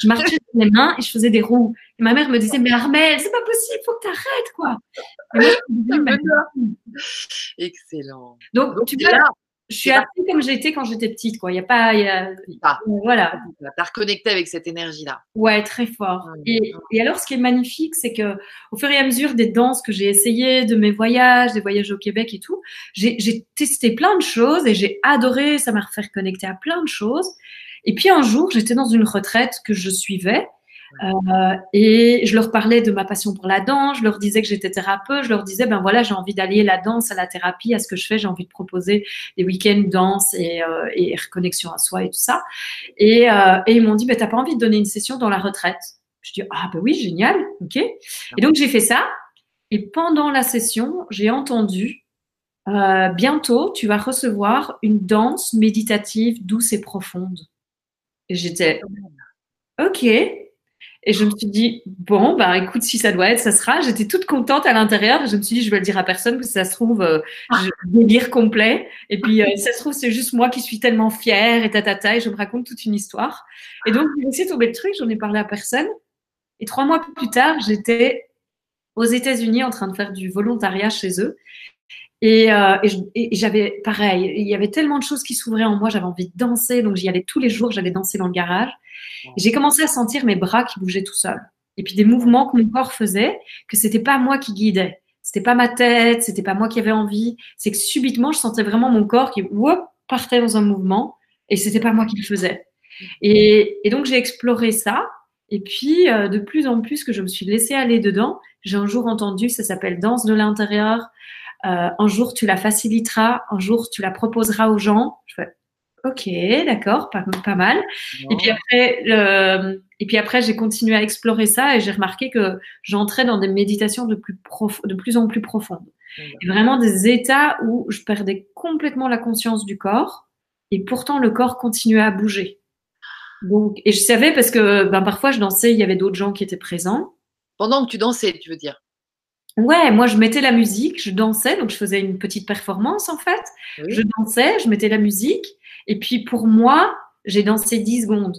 Je marchais sur les mains et je faisais des roues. Et ma mère me disait, mais Armelle, c'est pas possible, faut que t'arrêtes, quoi. Et moi, je me disais, excellent. Donc, tu vois, je suis assez comme j'étais quand j'étais petite, quoi. Il y a pas, voilà. T'as reconnecté avec cette énergie-là. Ouais, très fort. Et alors, ce qui est magnifique, c'est que au fur et à mesure des danses que j'ai essayées, de mes voyages, des voyages au Québec et tout, j'ai testé plein de choses et j'ai adoré. Ça m'a fait reconnecter à plein de choses. Et puis un jour, j'étais dans une retraite que je suivais. Et je leur parlais de ma passion pour la danse, je leur disais que j'étais thérapeute, je leur disais, ben voilà, j'ai envie d'allier la danse à la thérapie, à ce que je fais, j'ai envie de proposer des week-ends danse et reconnexion à soi et tout ça. Et ils m'ont dit, ben t'as pas envie de donner une session dans la retraite? Je dis, ah ben oui, génial, ok. Et donc j'ai fait ça. Et pendant la session, j'ai entendu, bientôt, tu vas recevoir une danse méditative douce et profonde. Et j'étais, ok. Et je me suis dit, bon, bah, écoute, si ça doit être, ça sera. J'étais toute contente à l'intérieur. Je me suis dit, je vais le dire à personne, parce que ça se trouve, je délire complet. Et puis, ça se trouve, c'est juste moi qui suis tellement fière et tatata, et je me raconte toute une histoire. Et donc, j'ai laissé tomber le truc, j'en ai parlé à personne. Et 3 mois plus tard, j'étais aux États-Unis en train de faire du volontariat chez eux. Et j'avais, pareil, il y avait tellement de choses qui s'ouvraient en moi, j'avais envie de danser, donc j'y allais tous les jours, j'allais danser dans le garage. Et j'ai commencé à sentir mes bras qui bougeaient tout seuls. Et puis des mouvements que mon corps faisait, que c'était pas moi qui guidais. C'était pas ma tête, c'était pas moi qui avais envie. C'est que subitement, je sentais vraiment mon corps qui, partait dans un mouvement, et c'était pas moi qui le faisais. Et donc j'ai exploré ça. Et puis, de plus en plus que je me suis laissée aller dedans, j'ai un jour entendu, ça s'appelle danse de l'intérieur. Un jour, tu la faciliteras. Un jour, tu la proposeras aux gens. Je fais, ok, d'accord, pas mal. Et puis après, j'ai continué à explorer ça et j'ai remarqué que j'entrais dans des méditations de plus en plus profondes. Et vraiment des états où je perdais complètement la conscience du corps et pourtant le corps continuait à bouger. Donc, et je savais parce que parfois je dansais, il y avait d'autres gens qui étaient présents. Pendant que tu dansais, tu veux dire? Ouais, moi je mettais la musique, je dansais, donc je faisais une petite performance en fait. Oui. Je dansais, je mettais la musique, et puis pour moi, j'ai dansé 10 secondes.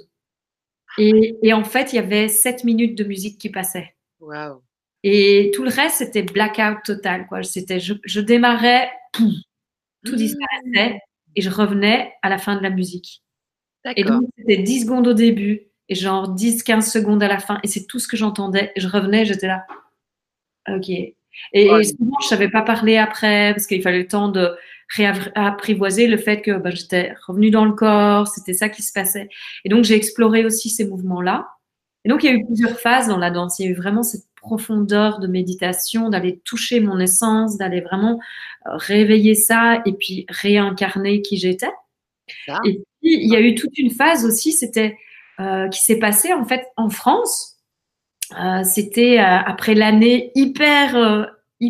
Et en fait, il y avait 7 minutes de musique qui passait. Wow. Et tout le reste, c'était blackout total, quoi. C'était, je démarrais, tout disparaissait, et je revenais à la fin de la musique. Et donc, c'était 10 secondes au début, et genre 10-15 secondes à la fin, et c'est tout ce que j'entendais. Et je revenais, j'étais là. Ok. Et souvent, je savais pas parler après parce qu'il fallait le temps de réapprivoiser le fait que j'étais revenue dans le corps, c'était ça qui se passait. Et donc, j'ai exploré aussi ces mouvements-là. Et donc, il y a eu plusieurs phases dans la danse. Il y a eu vraiment cette profondeur de méditation, d'aller toucher mon essence, d'aller vraiment réveiller ça et puis réincarner qui j'étais. Et puis, il y a eu toute une phase aussi, c'était qui s'est passée en fait en France. C'était après l'année hyper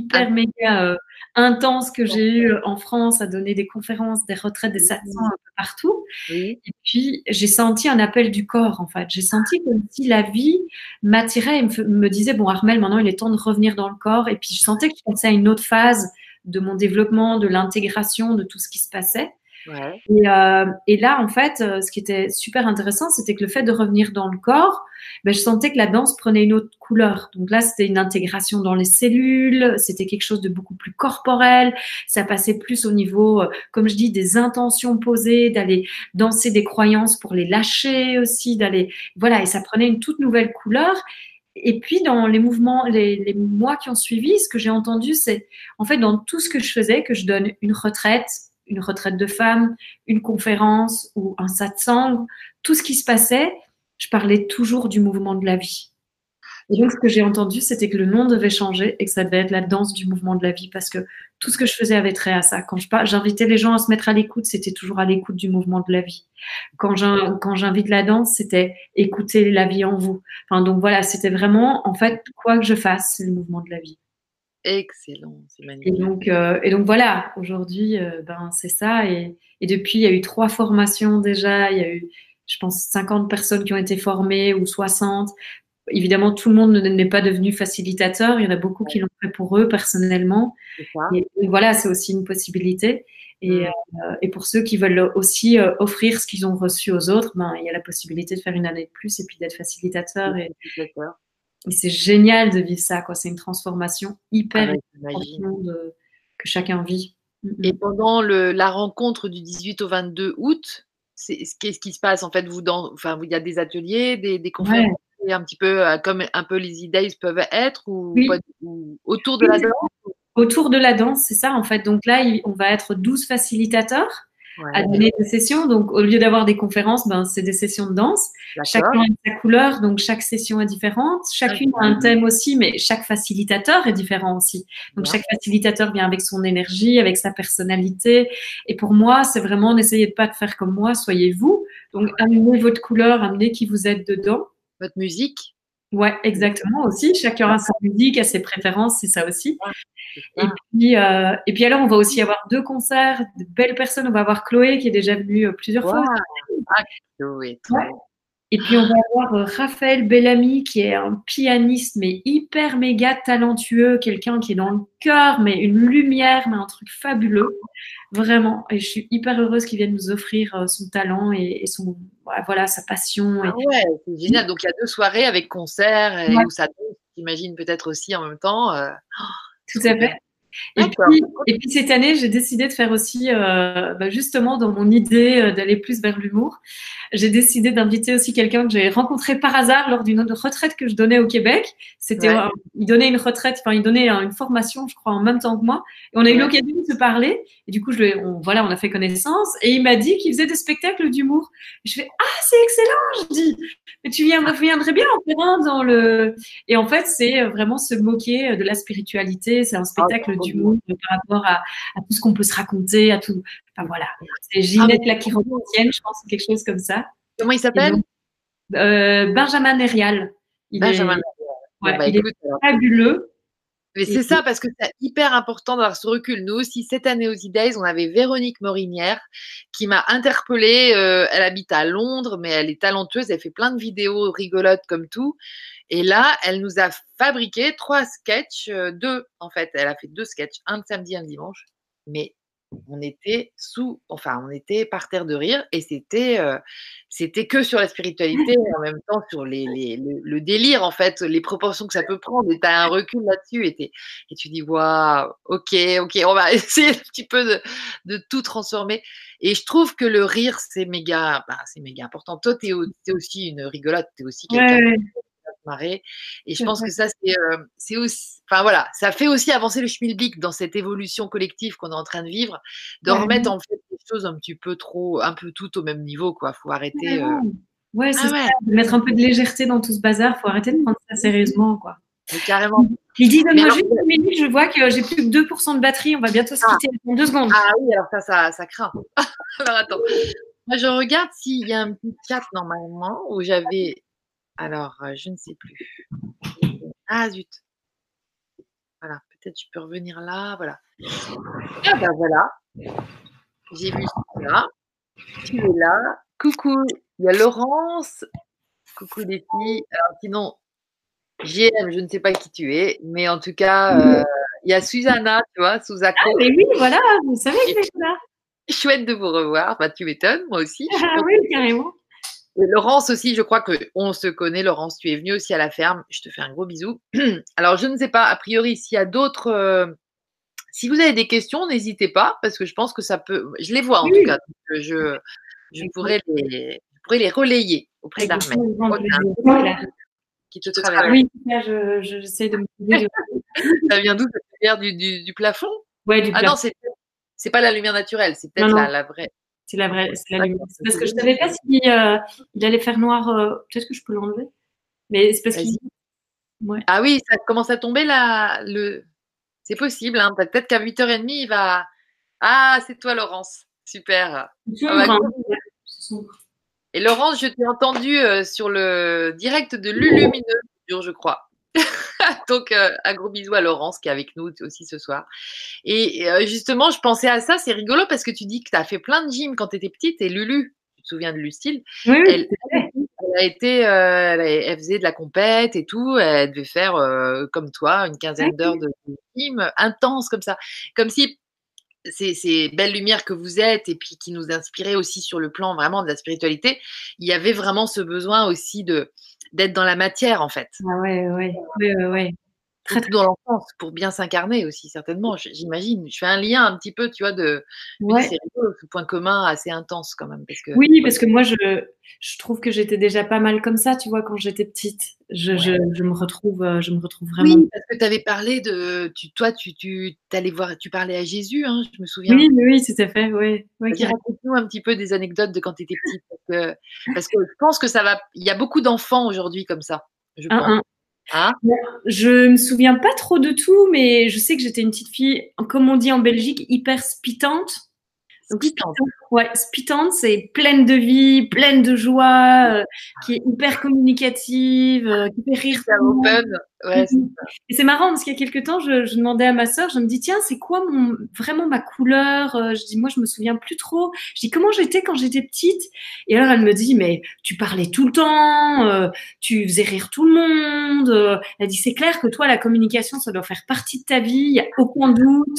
méga intense que j'ai eue en France à donner des conférences, des retraites, des satsangs un peu partout. Oui. Et puis j'ai senti un appel du corps en fait. J'ai senti comme si la vie m'attirait et me disait bon Armelle, maintenant il est temps de revenir dans le corps. Et puis je sentais que je passais à une autre phase de mon développement, de l'intégration, de tout ce qui se passait. Ouais. Et là, en fait, ce qui était super intéressant, c'était que le fait de revenir dans le corps, je sentais que la danse prenait une autre couleur. Donc là, c'était une intégration dans les cellules, c'était quelque chose de beaucoup plus corporel, ça passait plus au niveau, comme je dis, des intentions posées, d'aller danser des croyances pour les lâcher aussi, voilà, et ça prenait une toute nouvelle couleur. Et puis, dans les mouvements, les mois qui ont suivi, ce que j'ai entendu, c'est, en fait, dans tout ce que je faisais, que je donne une retraite de femmes, une conférence ou un satsang, tout ce qui se passait, je parlais toujours du mouvement de la vie. Et donc, ce que j'ai entendu, c'était que le nom devait changer et que ça devait être la danse du mouvement de la vie parce que tout ce que je faisais avait trait à ça. Quand j'invitais les gens à se mettre à l'écoute, c'était toujours à l'écoute du mouvement de la vie. Quand j'invite la danse, c'était écouter la vie en vous. Enfin, donc voilà, c'était vraiment, en fait, quoi que je fasse, c'est le mouvement de la vie. Excellent, c'est magnifique. Et donc voilà, aujourd'hui, c'est ça. Et depuis, il y a eu 3 formations déjà. Il y a eu, je pense, 50 personnes qui ont été formées ou 60. Évidemment, tout le monde n'est pas devenu facilitateur. Il y en a beaucoup qui l'ont fait pour eux personnellement. Et voilà, c'est aussi une possibilité. Et pour ceux qui veulent aussi offrir ce qu'ils ont reçu aux autres, ben, il y a la possibilité de faire une année de plus et puis d'être facilitateur. Et c'est génial de vivre ça, quoi. C'est une transformation hyper profonde que chacun vit. Et pendant la rencontre du 18 au 22 août, qu'est-ce qui se passe en fait? Il y a des ateliers, des conférences, un petit peu comme un peu les E-Days peuvent être, ou autour de la danse? Autour de la danse, c'est ça en fait. Donc là, on va être 12 facilitateurs à donner des sessions. Donc au lieu d'avoir des conférences, ben, c'est des sessions de danse. Chacun a sa couleur, donc chaque session est différente. Chacune a un thème aussi, mais chaque facilitateur est différent aussi. Donc chaque facilitateur vient avec son énergie, avec sa personnalité. Et pour moi, c'est vraiment n'essayez pas de faire comme moi, soyez vous. Donc amenez votre couleur, amenez qui vous êtes dedans. Votre musique. Ouais, exactement aussi. Chacun a sa musique, a ses préférences, c'est ça aussi. Et puis alors, on va aussi avoir 2 concerts de belles personnes. On va avoir Chloé qui est déjà venue plusieurs fois. Chloé. Et puis on va avoir Raphaël Bellamy qui est un pianiste mais hyper méga talentueux, quelqu'un qui est dans le cœur, mais une lumière, mais un truc fabuleux, vraiment. Et je suis hyper heureuse qu'il vienne nous offrir son talent et son sa passion. C'est génial. Donc il y a 2 soirées avec concert et où ça danse, j'imagine peut-être aussi en même temps. Tout à fait. Et puis cette année, j'ai décidé de faire aussi, justement dans mon idée d'aller plus vers l'humour, j'ai décidé d'inviter aussi quelqu'un que j'ai rencontré par hasard lors d'une retraite que je donnais au Québec. Il donnait une retraite, il donnait une formation, je crois, en même temps que moi. Et on a eu l'occasion de se parler. Et du coup, on a fait connaissance. Et il m'a dit qu'il faisait des spectacles d'humour. Et je fais, c'est excellent, je dis. Mais tu viendrais bien en faire un dans le... Et en fait, c'est vraiment se moquer de la spiritualité. C'est un spectacle d'humour par rapport à tout ce qu'on peut se raconter, à tout. Enfin voilà, c'est Ginette la Chiropractienne, je pense, quelque chose comme ça. Comment il s'appelle? Benjamin Nerial. Il est fabuleux. Mais c'est ça, parce que c'est hyper important d'avoir ce recul. Nous aussi, cette année aux E-Days, on avait Véronique Morinière qui m'a interpellée. Elle habite à Londres, mais elle est talentueuse. Elle fait plein de vidéos rigolotes comme tout. Et là, elle nous a fabriqué 3 sketchs, 2 en fait. Elle a fait 2 sketchs, un le samedi, un le dimanche. Mais on était par terre de rire et c'était que sur la spiritualité et en même temps sur le délire en fait, les proportions que ça peut prendre, et t'as un recul là-dessus et tu dis waouh, ok, on va essayer un petit peu de tout transformer. Et je trouve que le rire c'est méga important. Toi t'es aussi une rigolote, t'es aussi quelqu'un marrer. Et je pense que ça, c'est aussi, ça fait aussi avancer le schmilblick dans cette évolution collective qu'on est en train de vivre, de remettre en fait les choses un peu tout au même niveau, quoi. Faut arrêter. C'est ça, de mettre un peu de légèreté dans tout ce bazar. Faut arrêter de prendre ça sérieusement, quoi. Mais carrément. Lydie, donne-moi juste 1 minute. Je vois que j'ai plus que 2% de batterie. On va bientôt se quitter dans 2 secondes. Ah oui, alors ça craint. Alors attends. Moi, je regarde s'il y a un petit chat normalement où j'avais. Alors, je ne sais plus. Ah zut. Voilà, peut-être je peux revenir là. Voilà. Ah ben voilà. J'ai vu ça. Tu es là. Coucou. Il y a Laurence. Coucou les filles. Alors sinon, JM, je ne sais pas qui tu es, mais en tout cas, il y a Susanna, tu vois, Souzako. Ah mais oui, voilà, vous savez que je suis là. Chouette de vous revoir. Bah, tu m'étonnes, moi aussi. Ah oui, carrément. Et Laurence aussi, je crois qu'on se connaît. Laurence, tu es venue aussi à la ferme. Je te fais un gros bisou. Alors, je ne sais pas, a priori, s'il y a d'autres. Si vous avez des questions, n'hésitez pas, parce que je pense que ça peut. Je les vois en tout cas. Donc je pourrais les relayer auprès d'Armel. Qui te traverse. Oui, j'essaie de me trouver. Ça vient d'où cette lumière du plafond? Ouais, du plafond. Ah non, c'est pas la lumière naturelle, c'est peut-être la vraie. C'est la vraie, c'est la lumière. C'est parce que je savais pas s'il il allait faire noir. Peut-être que je peux l'enlever. Mais c'est parce qu'il. Ouais. Ah oui, ça commence à tomber là. C'est possible. Hein. Peut-être qu'à 8h30, il va. Ah, c'est toi, Laurence. Super. Et Laurence, je t'ai entendu sur le direct de Lulumineux, je crois. Donc, un gros bisou à Laurence qui est avec nous aussi ce soir. Et justement, je pensais à ça, c'est rigolo parce que tu dis que tu as fait plein de gym quand tu étais petite et Lulu, tu te souviens de Lucille, elle faisait de la compète et tout, elle devait faire comme toi une quinzaine d'heures de gym intense comme ça. Comme si ces belles lumières que vous êtes et puis qui nous inspiraient aussi sur le plan vraiment de la spiritualité, il y avait vraiment ce besoin aussi d'être dans la matière en fait. Ah ouais. Surtout dans l'enfance, pour bien s'incarner aussi certainement, j'imagine. Je fais un lien un petit peu, tu vois, je me dis c'est rigolo, ce point commun assez intense quand même parce que oui, parce que moi je trouve que j'étais déjà pas mal comme ça, tu vois, quand j'étais petite. Je me retrouve vraiment. Oui, parce que tu avais parlé tu allais voir, tu parlais à Jésus, hein, je me souviens. Oui, tout à fait, ouais. Vas-y, raconte-nous un petit peu des anecdotes de quand tu étais petite parce que je pense que il y a beaucoup d'enfants aujourd'hui comme ça, je pense. Hein? Je me souviens pas trop de tout, mais je sais que j'étais une petite fille, comme on dit en Belgique, hyper spitante. Donc, spitante, c'est pleine de vie, pleine de joie, qui est hyper communicative, qui fait rire. Open. Ouais, et c'est marrant parce qu'il y a quelques temps, je demandais à ma sœur, je me dis tiens, c'est quoi vraiment ma couleur? Je dis moi, je me souviens plus trop. Je dis comment j'étais quand j'étais petite? Et alors elle me dit mais tu parlais tout le temps, tu faisais rire tout le monde. Elle dit c'est clair que toi la communication ça doit faire partie de ta vie, il y a aucun doute.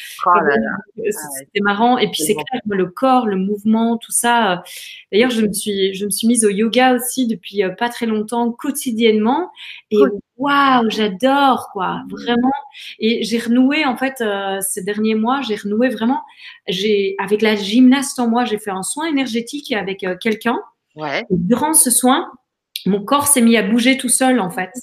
C'était marrant. Et puis c'est clair que le corps, le mouvement, tout ça. D'ailleurs je me suis mise au yoga aussi depuis pas très longtemps, quotidiennement. Et waouh, j'adore quoi, vraiment. Et j'ai renoué en fait ces derniers mois, j'ai renoué vraiment. Avec la gymnaste en moi, j'ai fait un soin énergétique avec quelqu'un. Ouais. Et durant ce soin, mon corps s'est mis à bouger tout seul en fait.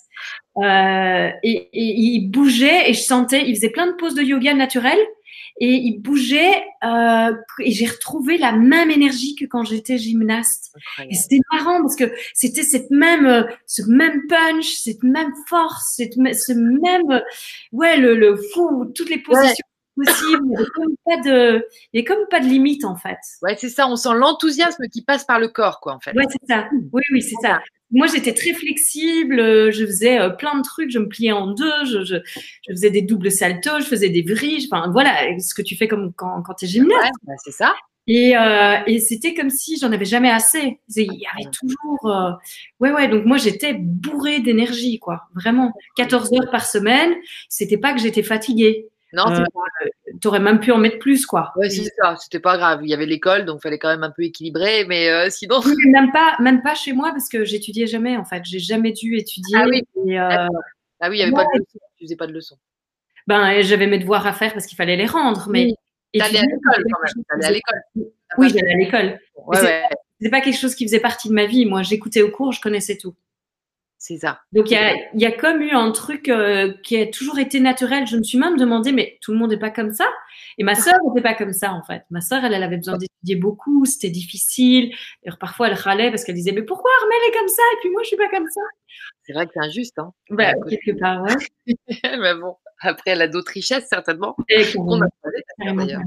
Et il bougeait et je sentais, il faisait plein de poses de yoga naturelles. Et il bougeait et j'ai retrouvé la même énergie que quand j'étais gymnaste. Incroyable. Et c'était marrant parce que c'était ce même punch, cette même force, ce même le fou, toutes les positions possibles. Il n'y avait comme pas de limite en fait. Ouais, c'est ça. On sent l'enthousiasme qui passe par le corps, quoi, en fait. Ouais, c'est ça. Oui, c'est ça. Moi, j'étais très flexible, je faisais plein de trucs, je me pliais en deux, je faisais des doubles saltos, je faisais des vrilles, enfin voilà, ce que tu fais comme quand tu es gymnaste. Ouais, c'est ça. Et c'était comme si j'en avais jamais assez. Il y avait toujours donc moi j'étais bourrée d'énergie quoi, vraiment 14 heures par semaine, c'était pas que j'étais fatiguée. Non, t'aurais même pu en mettre plus quoi. Ouais, c'est ça, c'était pas grave. Il y avait l'école, donc il fallait quand même un peu équilibrer, mais sinon. Oui, même pas chez moi parce que j'étudiais jamais en fait. J'ai jamais dû étudier. Ah oui, il n'y avait pas de leçons. Tu faisais pas de leçons. Ben, j'avais mes devoirs à faire parce qu'il fallait les rendre, mais. T'allais à l'école quand même. T'allais à l'école. Oui, j'allais à l'école. C'est pas quelque chose qui faisait partie de ma vie. Moi, j'écoutais au cours, je connaissais tout. C'est ça. Donc, il y a comme eu un truc qui a toujours été naturel. Je me suis même demandé, mais tout le monde n'est pas comme ça. Et ma sœur n'était pas comme ça, en fait. Ma sœur, elle avait besoin d'étudier beaucoup. C'était difficile. Et parfois, elle râlait parce qu'elle disait, mais pourquoi Armelle est comme ça et puis moi, je suis pas comme ça. C'est vrai que c'est injuste, hein. Bah, quelque part, ouais. Mais bon, après, elle a d'autres richesses, certainement. Qu'on a pas d'ailleurs.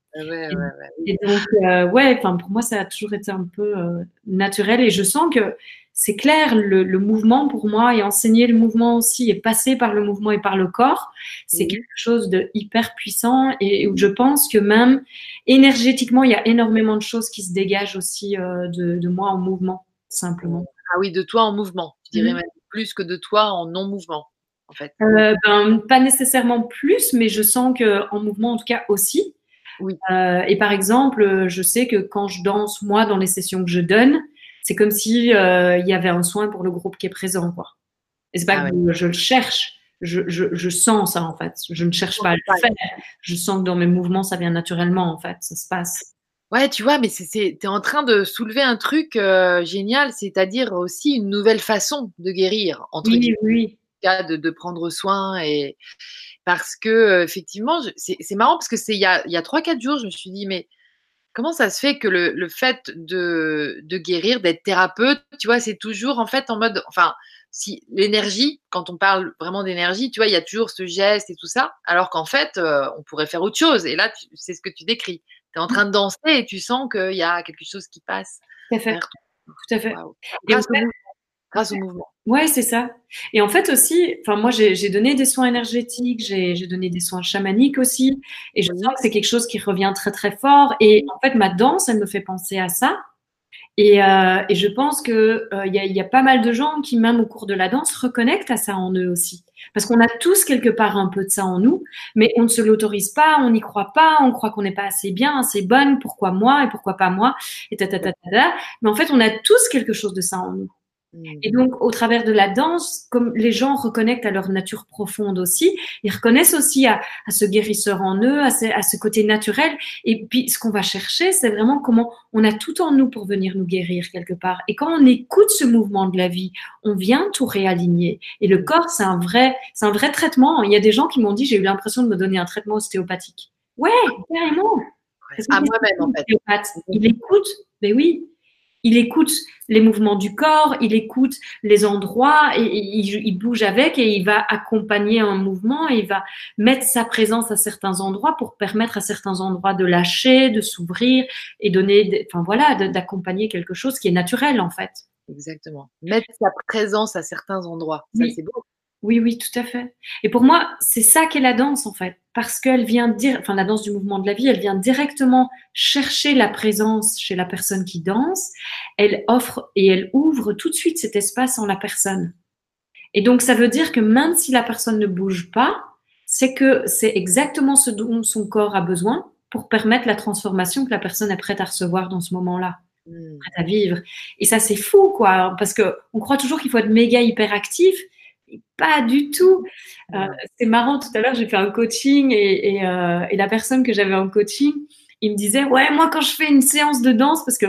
Et donc, pour moi, ça a toujours été un peu naturel. Et je sens que c'est clair, le mouvement pour moi, et enseigner le mouvement aussi, et passer par le mouvement et par le corps, c'est quelque chose de hyper puissant. Et où je pense que même énergétiquement, il y a énormément de choses qui se dégagent aussi de moi en mouvement, simplement. Ah oui, de toi en mouvement. Je dirais même plus que de toi en non-mouvement, en fait. Pas nécessairement plus, mais je sens qu'en mouvement, en tout cas, aussi. Oui. Et par exemple, je sais que quand je danse, moi, dans les sessions que je donne, c'est comme si il y avait un soin pour le groupe qui est présent, quoi. Et c'est pas que je le cherche, je sens ça, en fait. Je ne cherche pas à le faire. Je sens que dans mes mouvements, ça vient naturellement, en fait. Ça se passe. Ouais, tu vois, mais t'es en train de soulever un truc génial, c'est-à-dire aussi une nouvelle façon de guérir, entre guillemets. Oui. De prendre soin et parce que effectivement c'est marrant parce que il y a 3-4 jours je me suis dit mais comment ça se fait que le fait de guérir, d'être thérapeute, tu vois, c'est toujours en fait en mode enfin si l'énergie, quand on parle vraiment d'énergie, tu vois, il y a toujours ce geste et tout ça, alors qu'en fait on pourrait faire autre chose et là c'est ce que tu décris, tu es en train de danser et tu sens qu'il y a quelque chose qui passe. Tout à fait. Wow. Grâce au mouvement. Ouais, c'est ça. Et en fait aussi, moi j'ai donné des soins énergétiques, j'ai donné des soins chamaniques aussi, et je sens que c'est quelque chose qui revient très très fort. Et en fait, ma danse, elle me fait penser à ça. Et je pense que il y a pas mal de gens qui, même au cours de la danse, reconnectent à ça en eux aussi. Parce qu'on a tous quelque part un peu de ça en nous, mais on ne se l'autorise pas, on n'y croit pas, on croit qu'on n'est pas assez bien, assez bonne, pourquoi moi et pourquoi pas moi, et Mais en fait, on a tous quelque chose de ça en nous. Et donc, au travers de la danse, comme les gens reconnectent à leur nature profonde aussi, ils reconnaissent aussi à ce guérisseur en eux, à ce côté naturel. Et puis, ce qu'on va chercher, c'est vraiment comment on a tout en nous pour venir nous guérir quelque part. Et quand on écoute ce mouvement de la vie, on vient tout réaligner. Et le corps, c'est un vrai traitement. Il y a des gens qui m'ont dit, j'ai eu l'impression de me donner un traitement ostéopathique. Ouais, carrément. À moi-même, en fait. Il écoute, mais oui. Il écoute les mouvements du corps, il écoute les endroits, et il bouge avec et il va accompagner un mouvement et il va mettre sa présence à certains endroits pour permettre à certains endroits de lâcher, de s'ouvrir et donner, d'accompagner quelque chose qui est naturel en fait. Exactement. Mettre sa présence à certains endroits, ça c'est beau. Oui, oui, tout à fait. Et pour moi, c'est ça qu'est la danse, en fait. Parce qu'elle vient dire, la danse du mouvement de la vie, elle vient directement chercher la présence chez la personne qui danse. Elle offre et elle ouvre tout de suite cet espace en la personne. Et donc, ça veut dire que même si la personne ne bouge pas, c'est que c'est exactement ce dont son corps a besoin pour permettre la transformation que la personne est prête à recevoir dans ce moment-là. Prête à vivre. Et ça, c'est fou, quoi. Parce que on croit toujours qu'il faut être méga hyperactif. Pas du tout. C'est marrant, tout à l'heure, j'ai fait un coaching et la personne que j'avais en coaching, il me disait, ouais, moi, quand je fais une séance de danse, parce que,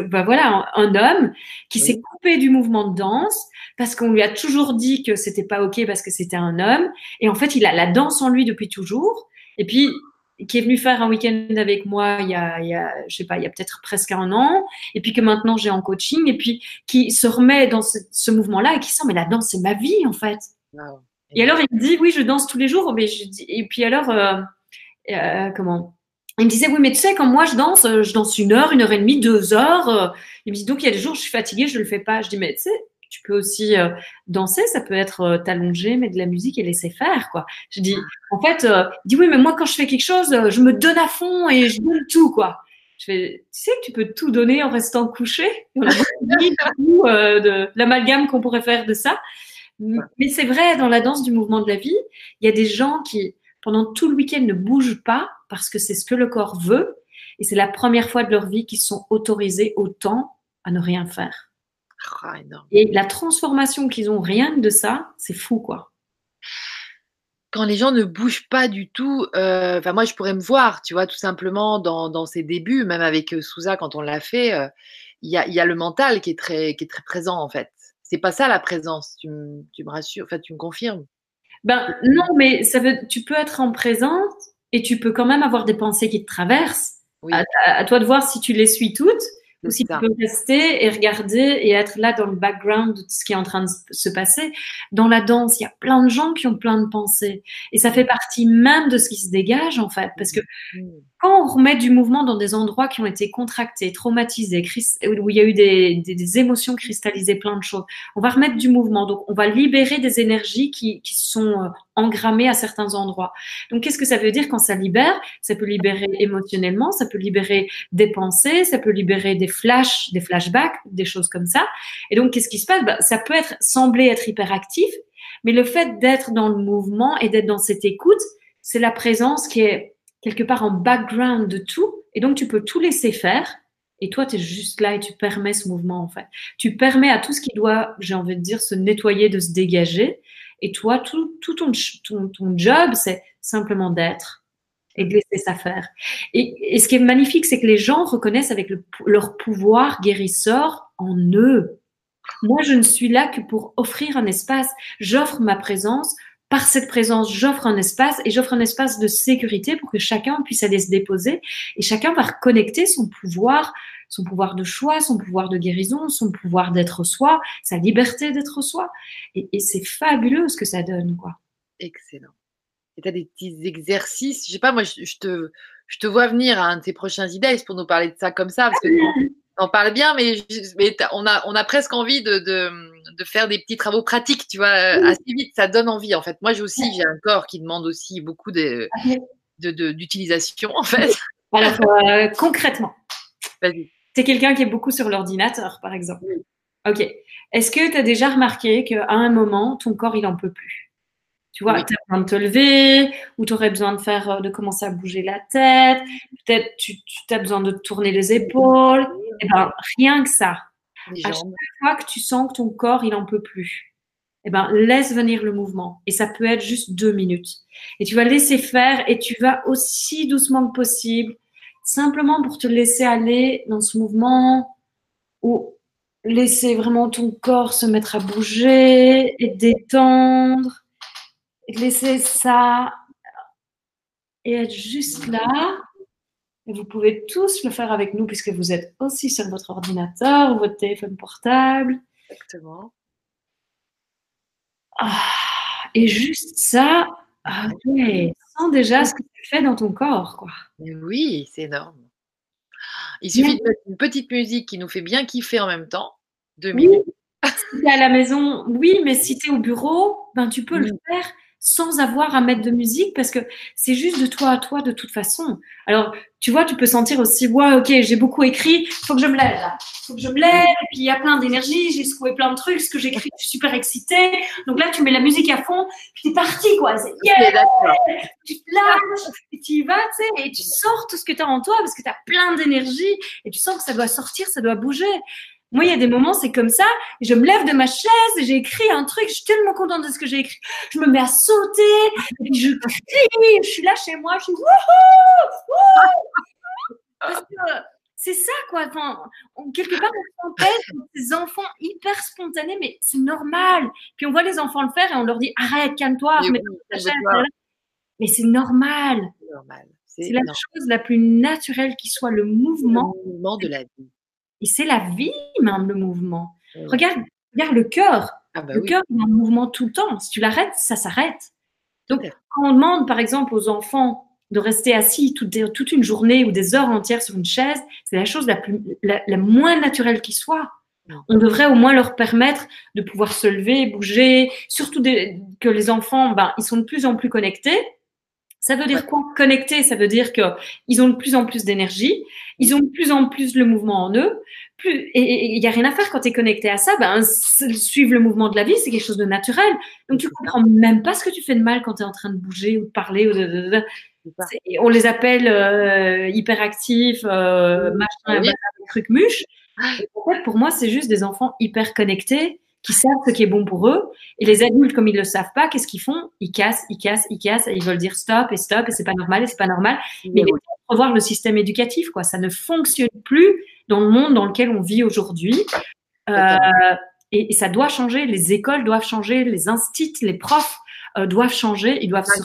un homme qui s'est coupé du mouvement de danse, parce qu'on lui a toujours dit que c'était pas OK parce que c'était un homme. Et en fait, il a la danse en lui depuis toujours. Et puis, qui est venu faire un week-end avec moi il y a peut-être presque un an, et puis que maintenant j'ai en coaching, et puis qui se remet dans ce mouvement-là et qui sent, mais la danse, c'est ma vie, en fait. Wow. Et alors, il me dit, oui, je danse tous les jours. Mais et puis alors, comment? Il me disait, oui, mais tu sais, quand moi je danse 1 heure, 1h30, 2 heures. Il me dit, donc il y a des jours où je suis fatiguée, je le fais pas. Je dis, mais tu sais, tu peux aussi danser, ça peut être t'allonger, mettre de la musique et laisser faire, quoi. Je dis, en fait, il dit, oui, mais moi, quand je fais quelque chose, je me donne à fond et je donne tout, quoi. Je fais, tu sais que tu peux tout donner en restant couché. On a beaucoup de l'amalgame qu'on pourrait faire de ça. Mais c'est vrai, dans la danse du mouvement de la vie, il y a des gens qui, pendant tout le week-end, ne bougent pas parce que c'est ce que le corps veut. Et c'est la première fois de leur vie qu'ils sont autorisés autant à ne rien faire. Énorme. Et la transformation qu'ils ont rien de ça, c'est fou, quoi. Quand les gens ne bougent pas du tout, moi je pourrais me voir, tu vois, tout simplement dans ses débuts, même avec Souza quand on l'a fait, il y a le mental qui est très présent en fait. C'est pas ça la présence, tu me rassures, enfin tu me confirmes. Non, mais tu peux être en présence et tu peux quand même avoir des pensées qui te traversent. Oui. À toi de voir si tu les suis toutes ou si tu peux rester et regarder et être là dans le background de ce qui est en train de se passer. Dans la danse, il y a plein de gens qui ont plein de pensées et ça fait partie même de ce qui se dégage en fait, parce que quand on remet du mouvement dans des endroits qui ont été contractés, traumatisés, où il y a eu des émotions cristallisées, plein de choses, on va remettre du mouvement. Donc, on va libérer des énergies qui sont engrammées à certains endroits. Donc, qu'est-ce que ça veut dire quand ça libère? Ça peut libérer émotionnellement, ça peut libérer des pensées, ça peut libérer des flashbacks, des choses comme ça. Et donc, qu'est-ce qui se passe? Ça peut sembler être hyperactif, mais le fait d'être dans le mouvement et d'être dans cette écoute, c'est la présence qui est quelque part en background de tout, et donc tu peux tout laisser faire, et toi tu es juste là et tu permets ce mouvement en fait. Tu permets à tout ce qui doit, j'ai envie de dire, se nettoyer, de se dégager, et toi tout ton job c'est simplement d'être et de laisser ça faire. Et ce qui est magnifique, c'est que les gens reconnaissent avec leur pouvoir guérisseur en eux. Moi je ne suis là que pour offrir un espace, j'offre ma présence. Par cette présence, j'offre un espace et j'offre un espace de sécurité pour que chacun puisse aller se déposer et chacun va reconnecter son pouvoir de choix, son pouvoir de guérison, son pouvoir d'être soi, sa liberté d'être soi. Et c'est fabuleux ce que ça donne, quoi. Excellent. Et tu as des petits exercices, je sais pas, moi, je te vois venir à un de tes prochains idées pour nous parler de ça comme ça, parce que on parle bien, mais on a presque envie de faire des petits travaux pratiques, tu vois, assez vite, ça donne envie, en fait. Moi, j'ai un corps qui demande aussi beaucoup d'utilisation, en fait. Alors, concrètement, vas-y. C'est quelqu'un qui est beaucoup sur l'ordinateur, par exemple. Ok. Est-ce que tu as déjà remarqué qu'à un moment, ton corps, il n'en peut plus? Tu vois, tu as besoin de te lever, ou tu aurais besoin de commencer à bouger la tête, peut-être tu as besoin de tourner les épaules. Eh ben, rien que ça. À chaque fois que tu sens que ton corps, il en peut plus, eh ben, laisse venir le mouvement. Et ça peut être juste 2 minutes. Et tu vas laisser faire et tu vas aussi doucement que possible, simplement pour te laisser aller dans ce mouvement ou laisser vraiment ton corps se mettre à bouger et détendre. Et laisser ça et être juste là. Et vous pouvez tous le faire avec nous puisque vous êtes aussi sur votre ordinateur ou votre téléphone portable. Exactement. Et juste ça, sens déjà ce que tu fais dans ton corps, quoi. Mais oui, c'est énorme. Il suffit de mettre une petite musique qui nous fait bien kiffer en même temps. 2 minutes. Si tu es à la maison, oui, mais si tu es au bureau, ben, tu peux le faire sans avoir à mettre de musique parce que c'est juste de toi à toi de toute façon. Alors, tu vois, tu peux sentir aussi, ouais, ok, j'ai beaucoup écrit, faut que je me lève là. Faut que je me lève, et puis il y a plein d'énergie, j'ai secoué plein de trucs, ce que j'écris, je suis super excitée. Donc là, tu mets la musique à fond, puis t'es parti, quoi. C'est yeah! Tu te lâches, et tu y vas, tu sais, et tu sors tout ce que tu as en toi parce que tu as plein d'énergie et tu sens que ça doit sortir, ça doit bouger. Moi, il y a des moments, c'est comme ça, je me lève de ma chaise et j'ai écrit un truc, je suis tellement contente de ce que j'ai écrit. Je me mets à sauter, et puis je crie, je suis là chez moi, je suis wouhou! Parce que c'est ça, quoi. Enfin, quelque part, on s'empêche ces enfants hyper spontanés, mais c'est normal. Puis on voit les enfants le faire et on leur dit arrête, calme-toi, remets-toi ta chaise. Mais c'est normal. C'est la chose la plus naturelle qui soit, le mouvement. Le mouvement de la vie. Et c'est la vie même, le mouvement. Regarde le cœur. Le cœur est en mouvement tout le temps. Si tu l'arrêtes, ça s'arrête. Donc, quand on demande, par exemple, aux enfants de rester assis toute une journée ou des heures entières sur une chaise, c'est la chose la moins naturelle qui soit. On devrait au moins leur permettre de pouvoir se lever, bouger, surtout que les enfants, ben, ils sont de plus en plus connectés. Ça veut dire quoi? Connecter, ça veut dire qu'ils ont de plus en plus d'énergie, ils ont de plus en plus le mouvement en eux, et il n'y a rien à faire quand tu es connecté à ça, ben, suivre le mouvement de la vie, c'est quelque chose de naturel. Donc, tu comprends même pas ce que tu fais de mal quand tu es en train de bouger ou de parler. On les appelle hyperactifs, machin, truc muche. Et en fait, pour moi, c'est juste des enfants hyper connectés qui savent ce qui est bon pour eux. Et les adultes, comme ils le savent pas, qu'est-ce qu'ils font? Ils cassent, et ils veulent dire stop, et c'est pas normal, et c'est pas normal. Mais il faut revoir le système éducatif, quoi. Ça ne fonctionne plus dans le monde dans lequel on vit aujourd'hui. Et ça doit changer. Les écoles doivent changer, les instituts, les profs doivent changer. Ils doivent se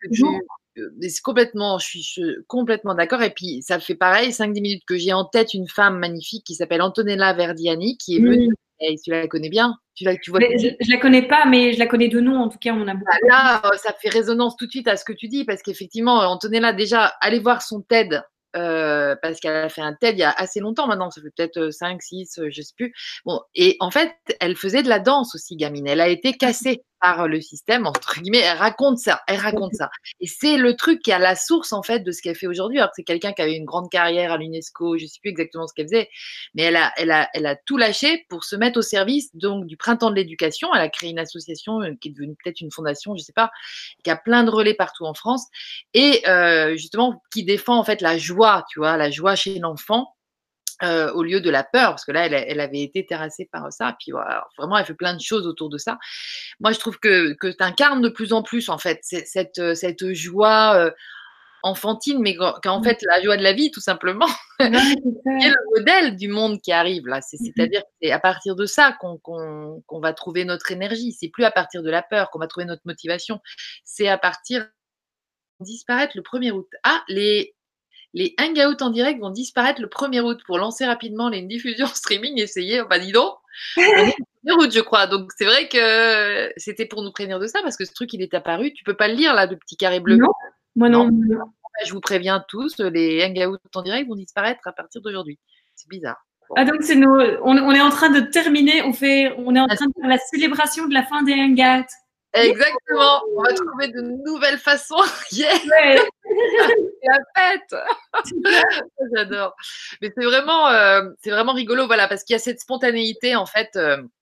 je suis complètement d'accord. Et puis, ça fait pareil, 5-10 minutes que j'ai en tête une femme magnifique qui s'appelle Antonella Verdiani, qui est venue. Et tu la connais bien? Tu vois, je la connais pas, mais je la connais de nom. En tout cas, on a beaucoup. Là, ça fait résonance tout de suite à ce que tu dis, parce qu'effectivement, Antonella, déjà, allez voir son TED. Parce qu'elle a fait un TED il y a assez longtemps maintenant, ça fait peut-être 5, 6, je sais plus. Bon, et en fait, elle faisait de la danse aussi, gamine. Elle a été cassée par le système, entre guillemets. Elle raconte ça. Et c'est le truc qui est à la source, en fait, de ce qu'elle fait aujourd'hui. Alors que c'est quelqu'un qui avait une grande carrière à l'UNESCO, je sais plus exactement ce qu'elle faisait, mais elle a tout lâché pour se mettre au service, donc, du Printemps de l'éducation. Elle a créé une association qui est devenue peut-être une fondation, je sais pas, qui a plein de relais partout en France et justement qui défend en fait la joie, tu vois, la joie chez l'enfant au lieu de la peur, parce que là elle avait été terrassée par ça, puis voilà, vraiment elle fait plein de choses autour de ça. Moi je trouve que tu incarnes de plus en plus en fait cette joie enfantine, mais qu'en fait la joie de la vie tout simplement, c'est le modèle du monde qui arrive là. C'est-à-dire que c'est à partir de ça qu'on va trouver notre énergie. C'est plus à partir de la peur qu'on va trouver notre motivation. C'est à partir disparaître le 1er août. Ah, les hangouts en direct vont disparaître le 1er août pour lancer rapidement les diffusions streaming. Essayez, bah dis donc, on est le 1er août, je crois. Donc c'est vrai que c'était pour nous prévenir de ça parce que ce truc il est apparu. Tu peux pas le lire là, le petit carré bleu. Non, moi non. Je vous préviens tous, les hangouts en direct vont disparaître à partir d'aujourd'hui. C'est bizarre. Bon. Ah donc on est en train de terminer. On est en train de faire la célébration de la fin des hangouts. Exactement, on va trouver de nouvelles façons. Yeah. La fête. J'adore. Mais c'est vraiment rigolo, voilà, parce qu'il y a cette spontanéité en fait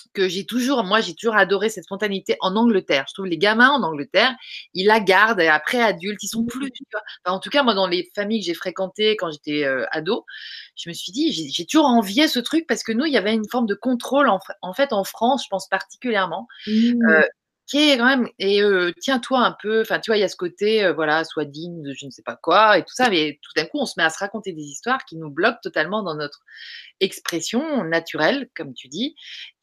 que j'ai toujours adoré cette spontanéité en Angleterre. Je trouve les gamins en Angleterre, ils la gardent et après adultes, ils sont plus, tu vois. Enfin, en tout cas, moi, dans les familles que j'ai fréquentées quand j'étais ado, je me suis dit, j'ai toujours envié ce truc parce que nous, il y avait une forme de contrôle, en fait, en France, je pense particulièrement, qui est quand même, et tiens-toi un peu, enfin, tu vois, il y a ce côté, voilà, sois digne de je ne sais pas quoi et tout ça, mais tout d'un coup, on se met à se raconter des histoires qui nous bloquent totalement dans notre expression naturelle, comme tu dis,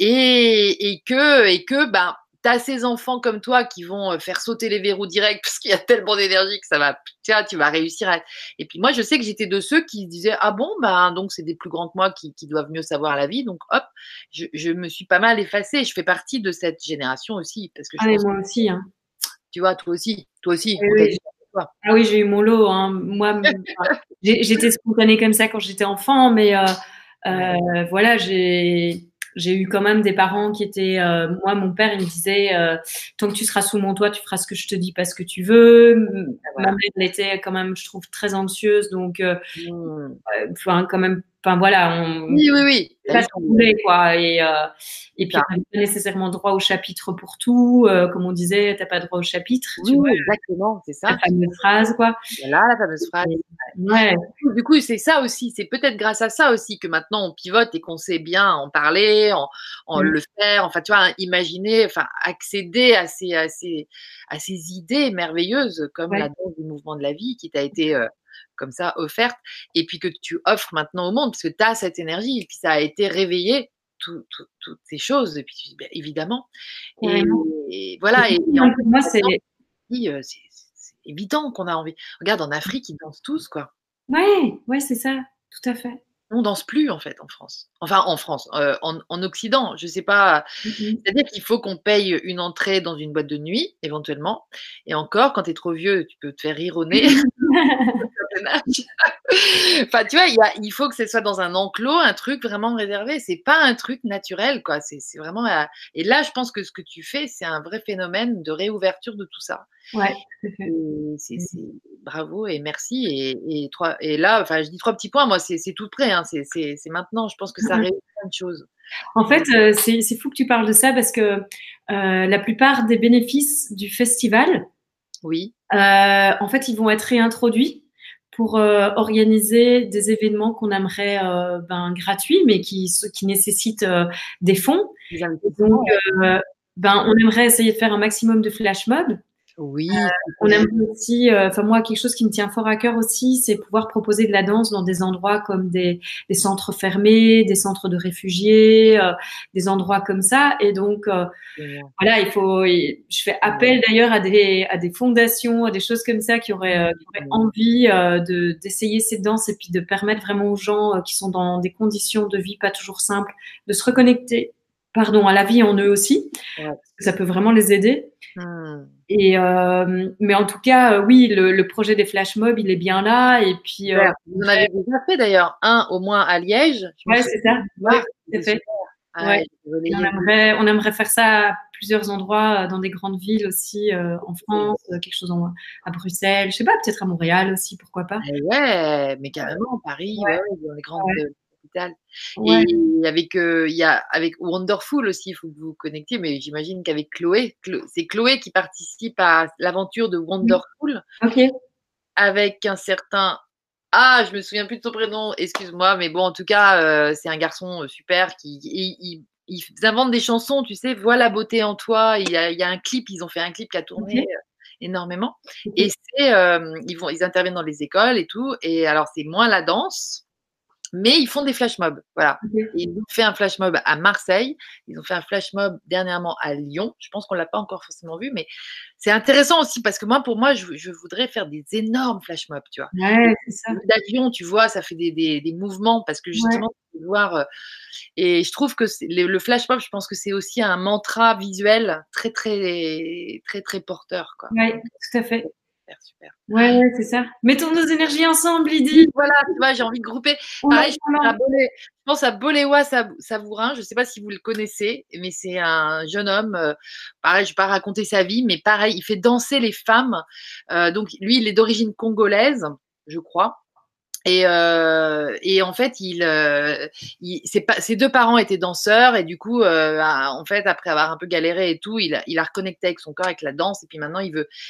et que ben, tu as ces enfants comme toi qui vont faire sauter les verrous directs parce qu'il y a tellement d'énergie que ça va, tiens, tu vas réussir à. Et puis moi, je sais que j'étais de ceux qui disaient ah bon, ben donc c'est des plus grands que moi qui doivent mieux savoir la vie, donc hop, je me suis pas mal effacée. Je fais partie de cette génération aussi parce que je Ah, mais pense que moi aussi, hein. tu vois, toi aussi, Oui, on t'a oui. dit toi. Ah oui, j'ai eu mon lot, hein. Moi, j'étais spontanée comme ça quand j'étais enfant, mais voilà, j'ai eu quand même des parents qui étaient. Moi, mon père, il me disait tant que tu seras sous mon toit, tu feras ce que je te dis, pas ce que tu veux. Ma Voilà. mère, elle était quand même, je trouve, très anxieuse, donc Mmh. enfin, quand même. Enfin voilà, on Oui, oui, oui. pas ce qu'on voulait, quoi. Et puis, Ça. on n'avait pas nécessairement droit au chapitre pour tout. Comme on disait, t'as pas droit au chapitre, tu Oui, vois, exactement, c'est la ça. fameuse phrase, quoi. Voilà la fameuse phrase. Et, ouais, Du coup, c'est ça aussi, c'est peut-être grâce à ça aussi que maintenant on pivote et qu'on sait bien en parler, en le faire, enfin, tu vois, imaginer, enfin, accéder à ces idées merveilleuses comme ouais. la danse du mouvement de la vie qui t'a été comme ça offerte et puis que tu offres maintenant au monde parce que tu as cette énergie et puis ça a été réveillé, toutes ces choses, et puis ben, évidemment. Et, Carrément. et voilà, et en Pour fait, moi, maintenant, c'est évident qu'on a envie. Regarde, en Afrique, ils dansent tous, quoi. ouais, ouais, c'est ça, tout à fait. On danse plus en fait en France. Enfin en France, en Occident, je sais pas. Mhm. C'est-à-dire qu'il faut qu'on paye une entrée dans une boîte de nuit, éventuellement. Et encore, quand tu es trop vieux, tu peux te faire rire au nez. Enfin, tu vois, il faut que ce soit dans un enclos, un truc vraiment réservé. C'est pas un truc naturel, quoi. C'est vraiment. Et là, je pense que ce que tu fais, c'est un vrai phénomène de réouverture de tout ça. Ouais, tout à fait. Et bravo et merci. Et là, enfin, je dis 3 petits points. Moi, c'est tout prêt. Hein. C'est maintenant. Je pense que ça Mhm. réouvre plein de choses. En fait, c'est fou que tu parles de ça parce que la plupart des bénéfices du festival, Oui. en fait, ils vont être réintroduits pour organiser des événements qu'on aimerait gratuits, mais qui nécessitent des fonds. Les Donc, investissements. on aimerait essayer de faire un maximum de flash mobs. Oui. On aimerait aussi, enfin moi, quelque chose qui me tient fort à cœur aussi, c'est pouvoir proposer de la danse dans des endroits comme des centres fermés, des centres de réfugiés, des endroits comme ça. Et donc, voilà, je fais appel d'ailleurs à des fondations, à des choses comme ça qui auraient envie d'essayer cette danse et puis de permettre vraiment aux gens qui sont dans des conditions de vie pas toujours simples de se reconnecter, pardon, à la vie en eux aussi. Ouais. Ça peut vraiment les aider. Hmm. Mais en tout cas, oui, le projet des flash mobs, il est bien là. Et puis, Super. Vous en avez déjà fait d'ailleurs un au moins à Liège. Je me ouais, souviens c'est ça. de Ouais, voir, tout à c'était fait. super. Ouais. Ouais, j'ai Et relayé. on aimerait faire ça à plusieurs endroits, dans des grandes villes aussi, en France, quelque chose à Bruxelles, je sais pas, peut-être à Montréal aussi, pourquoi pas. Ouais, mais carrément, Paris, ouais, ouais, dans les grandes Ouais, capitales. ouais, Et il y a avec Wonderful aussi, il faut que vous vous connectiez, mais j'imagine qu'avec Chloé, c'est Chloé qui participe à l'aventure de oui. Wonderful Ok. avec un certain. Ah, je me souviens plus de son prénom, excuse-moi, mais bon, en tout cas, c'est un garçon super ils inventent des chansons, tu sais, vois la beauté en toi. Il y a un clip, ils ont fait un clip qui a tourné Ok. énormément. Et Ok. ils interviennent dans les écoles et tout. Et alors, c'est moins la danse, mais ils font des flash mobs, voilà. Ok. Et ils ont fait un flash mob à Marseille, ils ont fait un flash mob dernièrement à Lyon. Je pense qu'on l'a pas encore forcément vu, mais c'est intéressant aussi parce que pour moi, je voudrais faire des énormes flash mobs, tu vois. Ouais, Et c'est ça. d'avion, tu vois, ça fait des mouvements parce que Ouais. justement, tu peux voir. Et je trouve que le flash mob, je pense que c'est aussi un mantra visuel très, très, très, très porteur, quoi. Ouais, tout à fait. Super, super. Ouais, ouais, c'est ça. Mettons nos énergies ensemble, Oui, Lydie. voilà, tu vois, j'ai envie de grouper. On a Pareil, talent. je pense à Boléwa Savourin, je ne sais pas si vous le connaissez, mais c'est un jeune homme, pareil, je ne vais pas raconter sa vie, mais pareil, il fait danser les femmes. Donc, lui, il est d'origine congolaise, je crois. Et en fait, ses deux parents étaient danseurs et du coup, en fait, après avoir un peu galéré et tout, il a reconnecté avec son corps, avec la danse. Et puis maintenant,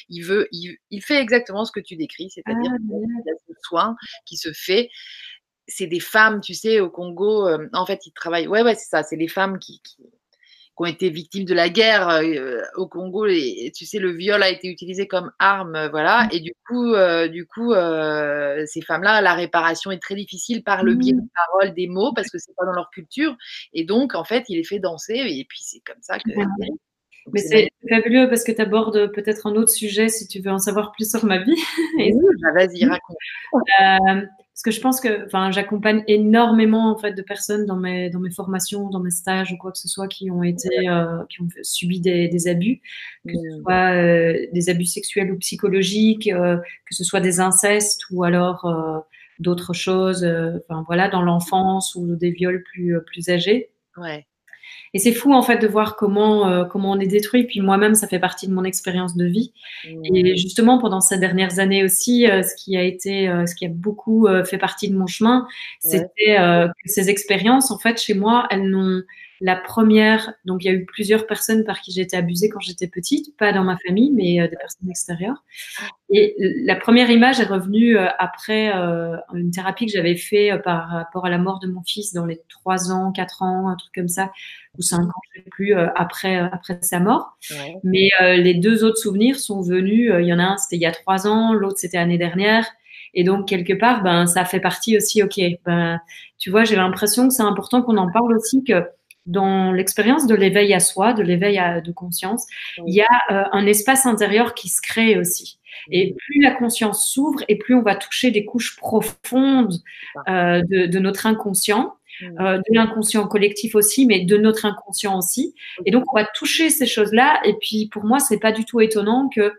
il fait exactement ce que tu décris, c'est-à-dire qu'il y a ce soin qui se fait. C'est des femmes, tu sais, au Congo. En fait, ils travaillent. Ouais, c'est ça. C'est les femmes qui ont été victimes de la guerre au Congo. Et tu sais, le viol a été utilisé comme arme, voilà. Et du coup, ces femmes-là, la réparation est très difficile par le biais des paroles, des mots, parce que c'est pas dans leur culture. Et donc, en fait, il les fait danser. Et puis, c'est comme ça que. Mais c'est fabuleux parce que tu abordes peut-être un autre sujet si tu veux en savoir plus sur ma vie. Oui, vas-y, raconte. Parce que je pense que, enfin, j'accompagne énormément en fait de personnes dans mes formations, dans mes stages ou quoi que ce soit qui ont subi des abus, que ce soit des abus sexuels ou psychologiques, que ce soit des incestes ou alors d'autres choses, enfin voilà, dans l'enfance ou des viols plus âgés. Ouais. Et c'est fou en fait de voir comment on est détruit. Puis moi-même, ça fait partie de mon expérience de vie. Et justement, pendant ces dernières années aussi, ce qui a beaucoup fait partie de mon chemin, c'était que ces expériences, en fait, chez moi, elles n'ont la première. Donc, il y a eu plusieurs personnes par qui j'ai été abusée quand j'étais petite, pas dans ma famille, mais des personnes extérieures. Et la première image est revenue après une thérapie que j'avais fait par rapport à la mort de mon fils dans les 3 ans, 4 ans, un truc comme ça, ou 5 ans, je sais plus, après sa mort. Ouais. Mais les deux autres souvenirs sont venus, il y en a un, c'était il y a 3 ans, l'autre, c'était l'année dernière. Et donc, quelque part, ça fait partie aussi, tu vois, j'ai l'impression que c'est important qu'on en parle aussi, que dans l'expérience de l'éveil à soi, de l'éveil de conscience, il y a un espace intérieur qui se crée aussi. Et plus la conscience s'ouvre et plus on va toucher des couches profondes de notre inconscient, de l'inconscient collectif aussi, mais de notre inconscient aussi. Et donc, on va toucher ces choses-là. Et puis, pour moi, c'est pas du tout étonnant que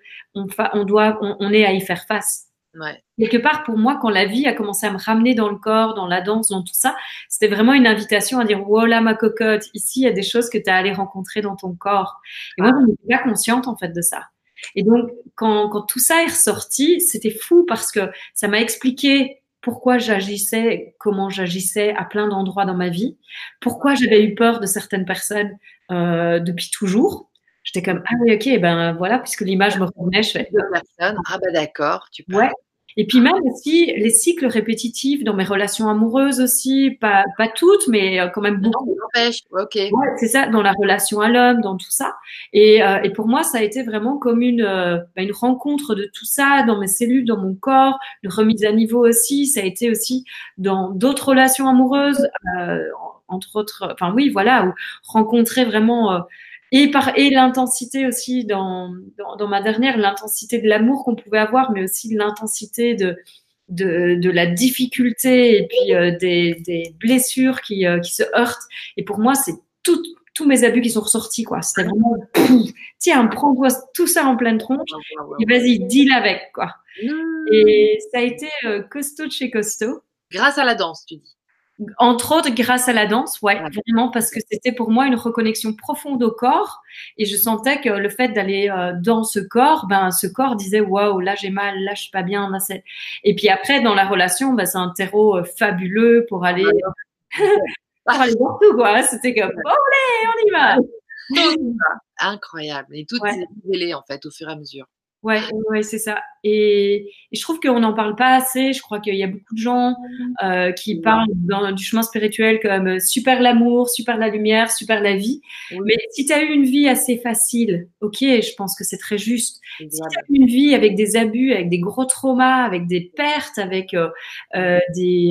on ait à y faire face. Ouais. Quelque part, pour moi, quand la vie a commencé à me ramener dans le corps, dans la danse, dans tout ça, c'était vraiment une invitation à dire, voilà ma cocotte, ici, il y a des choses que tu as à aller rencontrer dans ton corps. Et moi, je n'étais pas consciente, en fait, de ça. Et donc, quand tout ça est ressorti, c'était fou parce que ça m'a expliqué pourquoi j'agissais, comment j'agissais à plein d'endroits dans ma vie, pourquoi j'avais eu peur de certaines personnes depuis toujours. J'étais comme, ah oui, ok, voilà, puisque l'image me revenait, je fais. D'accord, tu parles. Ouais. Et puis même aussi les cycles répétitifs dans mes relations amoureuses aussi, pas toutes, mais quand même beaucoup. Ok. Ouais, c'est ça, dans la relation à l'homme, dans tout ça. Et pour moi, ça a été vraiment comme une rencontre de tout ça dans mes cellules, dans mon corps, une remise à niveau aussi. Ça a été aussi dans d'autres relations amoureuses, entre autres. Enfin oui, voilà, où rencontrer vraiment. Et l'intensité aussi dans ma dernière, l'intensité de l'amour qu'on pouvait avoir, mais aussi l'intensité de la difficulté et puis des blessures qui se heurtent. Et pour moi, c'est tous mes abus qui sont ressortis, quoi. C'était vraiment, tiens, prends-toi tout ça en pleine tronche et vas-y, deal avec, quoi. Et ça a été costaud de chez costaud. Grâce à la danse, tu dis. Entre autres, grâce à la danse, ouais, vraiment, parce que c'était pour moi une reconnexion profonde au corps. Et je sentais que le fait d'aller dans ce corps disait, waouh, là j'ai mal, là je suis pas bien. Là, et puis après, dans la relation, c'est un terreau fabuleux pour aller, pour aller partout, quoi. C'était comme, allez, on y va. Incroyable. Et tout s'est révélé, en fait, au fur et à mesure. Ouais, c'est ça. Et je trouve qu'on n'en parle pas assez. Je crois qu'il y a beaucoup de gens qui parlent du chemin spirituel comme super l'amour, super la lumière, super la vie. Oui. Mais si tu as eu une vie assez facile, ok, je pense que c'est très juste. Si tu as eu une vie avec des abus, avec des gros traumas, avec des pertes, avec des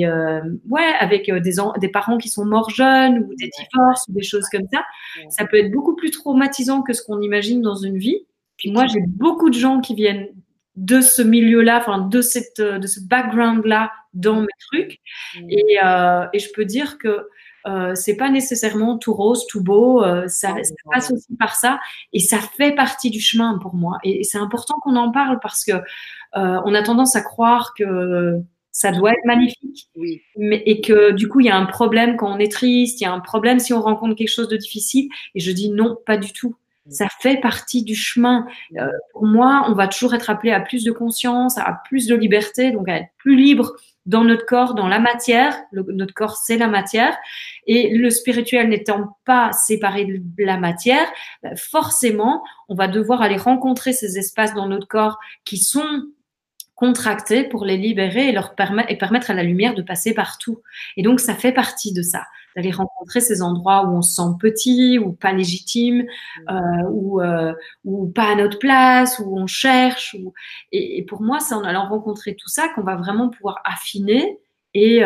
parents qui sont morts jeunes ou des divorces ou des choses comme ça, ça peut être beaucoup plus traumatisant que ce qu'on imagine dans une vie. Puis moi, j'ai beaucoup de gens qui viennent de ce milieu-là, enfin de ce background-là dans mes trucs, et je peux dire que c'est pas nécessairement tout rose, tout beau, ça passe aussi par ça, et ça fait partie du chemin pour moi. Et c'est important qu'on en parle parce que on a tendance à croire que ça doit être magnifique, et que du coup il y a un problème quand on est triste, il y a un problème si on rencontre quelque chose de difficile. Et je dis non, pas du tout. Ça fait partie du chemin. Pour moi, on va toujours être appelé à plus de conscience, à plus de liberté, donc à être plus libre dans notre corps, dans la matière. Notre corps, c'est la matière. Et le spirituel n'étant pas séparé de la matière, forcément, on va devoir aller rencontrer ces espaces dans notre corps qui sont contractés pour les libérer et leur permettre à la lumière de passer partout. Et donc, ça fait partie de ça, d'aller rencontrer ces endroits où on se sent petit, ou pas légitime, ou pas à notre place, où on cherche. Et pour moi, c'est en allant rencontrer tout ça qu'on va vraiment pouvoir affiner et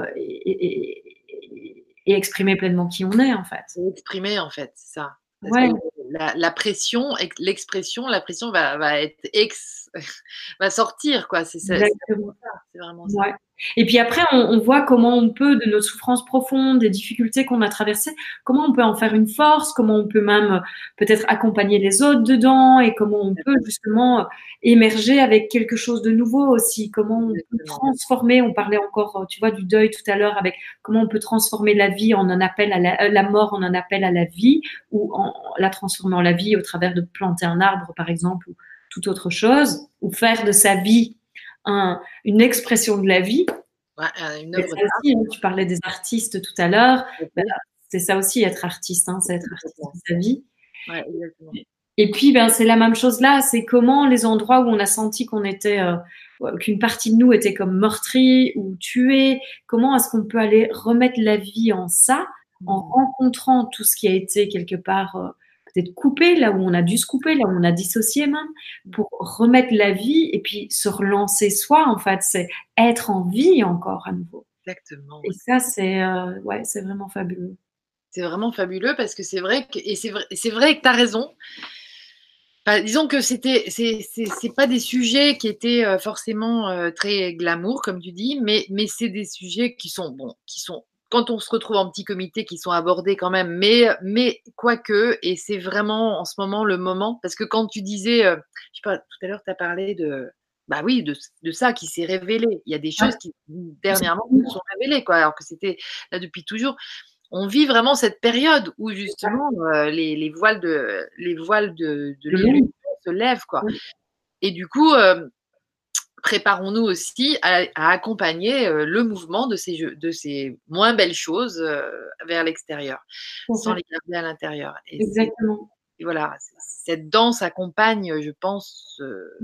exprimer pleinement qui on est, en fait. Et exprimer, en fait, c'est ça. Parce Ouais. que la pression, l'expression, la pression va être va sortir, quoi. C'est Exactement. c'est vraiment ça. Ouais. Et puis après, on voit comment on peut, de nos souffrances profondes, des difficultés qu'on a traversées, comment on peut en faire une force, comment on peut même peut-être accompagner les autres dedans, et comment on peut justement émerger avec quelque chose de nouveau aussi, comment on peut transformer. On parlait encore, tu vois, du deuil tout à l'heure, avec comment on peut transformer la vie en un appel à la mort, en un appel à la vie, ou la transformer en la vie au travers de planter un arbre, par exemple, ou toute autre chose, ou faire de sa vie une expression de la vie. Ouais, une œuvre d'art. Tu parlais des artistes tout à l'heure. C'est ça aussi, être artiste, c'est être artiste de sa vie. Ouais, exactement. Et puis, c'est la même chose là. C'est comment les endroits où on a senti qu'on était, qu'une partie de nous était comme meurtrie ou tuée, comment est-ce qu'on peut aller remettre la vie en ça, en rencontrant tout ce qui a été quelque part peut-être coupé, là où on a dû se couper, là où on a dissocié même, pour remettre la vie et puis se relancer soi, en fait. C'est être en vie encore à nouveau. Exactement. Et ça, c'est vraiment fabuleux. C'est vraiment fabuleux parce que c'est vrai que, et c'est vrai que tu as raison. Enfin, disons que c'est pas des sujets qui étaient forcément très glamour, comme tu dis, mais c'est des sujets qui sont, quand on se retrouve en petit comité, qui sont abordés quand même, mais quoique, et c'est vraiment en ce moment le moment, parce que quand tu disais, je sais pas, tout à l'heure, tu as parlé bah oui, de ça qui s'est révélé. Il y a des choses qui, dernièrement, se sont révélées, quoi, alors que c'était là depuis toujours. On vit vraiment cette période où justement les voiles de l'illusion se lèvent, quoi. Et du coup, préparons-nous aussi à accompagner le mouvement de ces moins belles choses vers l'extérieur, sans les garder à l'intérieur. Exactement. Et voilà, cette danse accompagne, je pense,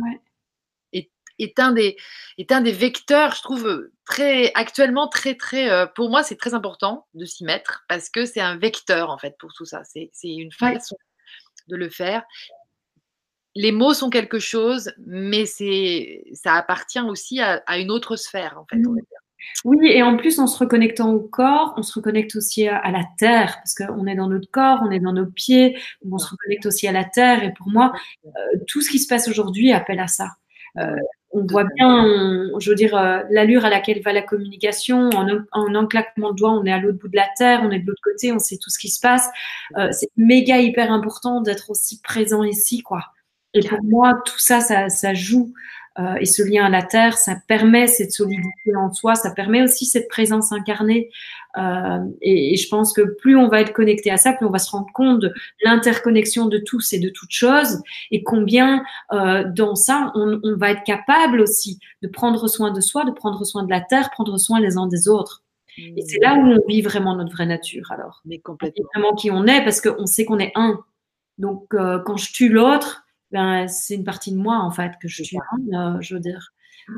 est un des vecteurs, je trouve, actuellement très, pour moi, c'est très important de s'y mettre parce que c'est un vecteur, en fait, pour tout ça. C'est une façon de le faire. Les mots sont quelque chose, mais ça appartient aussi à une autre sphère, en fait, on va dire. Oui, et en plus, en se reconnectant au corps, on se reconnecte aussi à la terre, parce qu'on est dans notre corps, on est dans nos pieds, on se reconnecte aussi à la terre. Et pour moi, tout ce qui se passe aujourd'hui appelle à ça. On voit bien, je veux dire, l'allure à laquelle va la communication. En un claquement de doigts, on est à l'autre bout de la terre, on est de l'autre côté, on sait tout ce qui se passe. C'est méga hyper important d'être aussi présent ici, quoi. Et pour moi, tout ça, ça joue. Et ce lien à la terre, ça permet cette solidité en soi, ça permet aussi cette présence incarnée. Et je pense que plus on va être connecté à ça, plus on va se rendre compte de l'interconnexion de tous et de toutes choses, et combien dans ça, on va être capable aussi de prendre soin de soi, de prendre soin de la terre, prendre soin les uns des autres. Et c'est là où on vit vraiment notre vraie nature, alors. Mais complètement. On vit vraiment qui on est, parce qu'on sait qu'on est un. Donc, quand je tue l'autre, c'est une partie de moi, en fait, que je tue, je veux dire.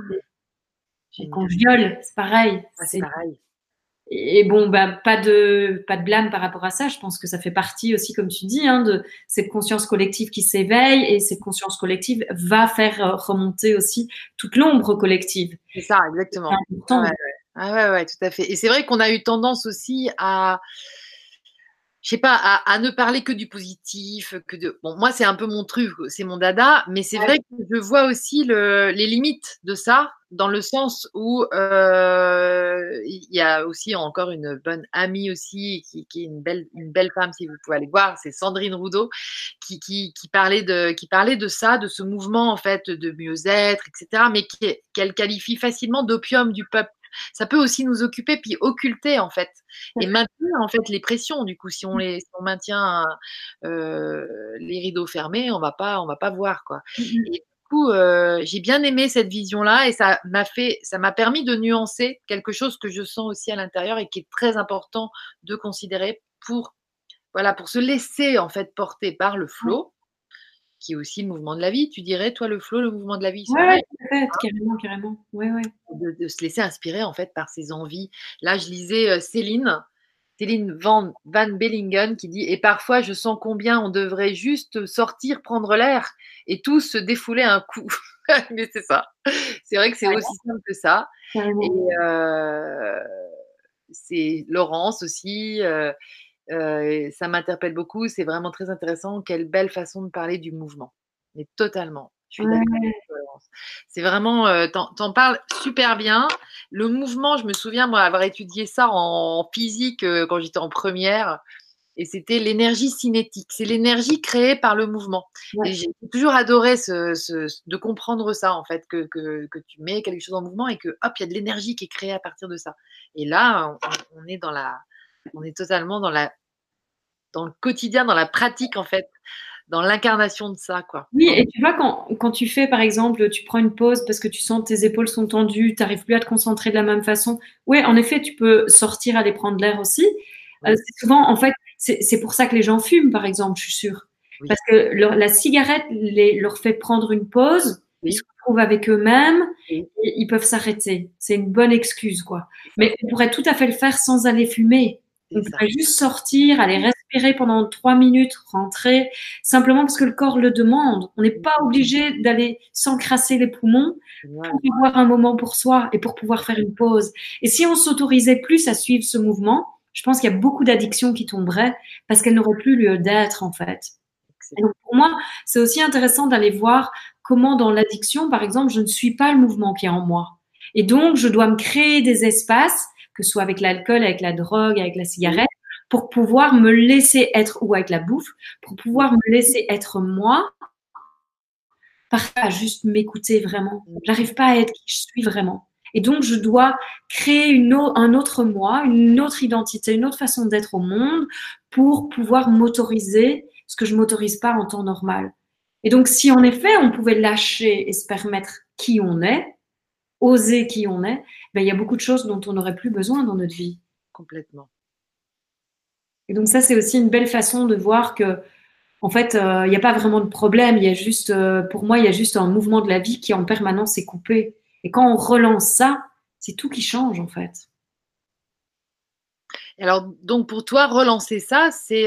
Et quand je viole, c'est pareil. C'est pareil. Et bon, pas de blâme par rapport à ça. Je pense que ça fait partie aussi, comme tu dis, de cette conscience collective qui s'éveille, et cette conscience collective va faire remonter aussi toute l'ombre collective. C'est ça, exactement. C'est ouais, tout à fait. Et c'est vrai qu'on a eu tendance aussi à, je sais pas, à ne parler que du positif, bon, moi c'est un peu mon truc, c'est mon dada, mais c'est vrai que je vois aussi les limites de ça, dans le sens où il y a aussi encore une bonne amie aussi, qui est une belle femme, si vous pouvez aller voir, c'est Sandrine Roudot, qui parlait de ça, de ce mouvement en fait de mieux-être, etc., mais qu'elle qualifie facilement d'opium du peuple. ça peut aussi nous occuper puis occulter en fait et maintenir en fait les pressions. Du coup, si on maintient les rideaux fermés, on va pas voir quoi. Et du coup, j'ai bien aimé cette vision-là et ça m'a permis de nuancer quelque chose que je sens aussi à l'intérieur et qui est très important de considérer pour se laisser en fait porter par le flow, qui est aussi le mouvement de la vie. Tu dirais, toi, le flow, le mouvement de la vie, ils sont Ouais, liés, tout à fait, carrément, carrément. Ouais, ouais. de se laisser inspirer en fait par ses envies. Là, je lisais Céline Van Bellingen qui dit: Et parfois, je sens combien on devrait juste sortir, prendre l'air et tous se défouler un coup. Mais c'est ça. C'est vrai que c'est aussi simple que ça. Et Carrément. c'est Laurence aussi. Ça m'interpelle beaucoup. C'est vraiment très intéressant. Quelle belle façon de parler du mouvement. Mais totalement. Je suis d'accord avec toi, Laurence. C'est vraiment, t'en parles super bien. Le mouvement, je me souviens, moi, avoir étudié ça en physique quand j'étais en première. Et c'était l'énergie cinétique. C'est l'énergie créée par le mouvement. Ouais. Et j'ai toujours adoré de comprendre ça, en fait, que tu mets quelque chose en mouvement et que, hop, il y a de l'énergie qui est créée à partir de ça. Et là, on est totalement dans le quotidien, dans la pratique, en fait, dans l'incarnation de ça, quoi. Oui, et tu vois, quand tu fais, par exemple, tu prends une pause parce que tu sens que tes épaules sont tendues, tu n'arrives plus à te concentrer de la même façon. Oui, en effet, tu peux sortir, aller prendre l'air aussi. Oui. C'est souvent, en fait, c'est pour ça que les gens fument, par exemple, je suis sûre. Oui. Parce que la cigarette leur fait prendre une pause, Oui. ils se retrouvent avec eux-mêmes, Oui. et ils peuvent s'arrêter. C'est une bonne excuse, quoi. Mais on pourrait tout à fait le faire sans aller fumer. On pourrait juste sortir, aller respirer pendant 3 minutes, rentrer, simplement parce que le corps le demande. On n'est pas obligé d'aller s'encrasser les poumons pour avoir un moment pour soi et pour pouvoir faire une pause. Et si on s'autorisait plus à suivre ce mouvement, je pense qu'il y a beaucoup d'addictions qui tomberaient parce qu'elles n'auraient plus lieu d'être, en fait. Et donc, pour moi, c'est aussi intéressant d'aller voir comment dans l'addiction, par exemple, je ne suis pas le mouvement qui est en moi. Et donc, je dois me créer des espaces, que ce soit avec l'alcool, avec la drogue, avec la cigarette, pour pouvoir me laisser être, ou avec la bouffe, pour pouvoir me laisser être moi, à juste m'écouter vraiment. J'arrive pas à être qui je suis vraiment. Et donc, je dois créer un autre moi, une autre identité, une autre façon d'être au monde pour pouvoir m'autoriser ce que je m'autorise pas en temps normal. Et donc, si en effet, on pouvait lâcher et se permettre qui on est, oser qui on est, ben, il y a beaucoup de choses dont on n'aurait plus besoin dans notre vie. Complètement. Et donc, ça, c'est aussi une belle façon de voir que, en fait, il n'y a pas vraiment de problème. Il y a juste, pour moi, il y a juste un mouvement de la vie qui en permanence est coupé. Et quand on relance ça, c'est tout qui change, en fait. Alors, donc, pour toi, relancer ça, c'est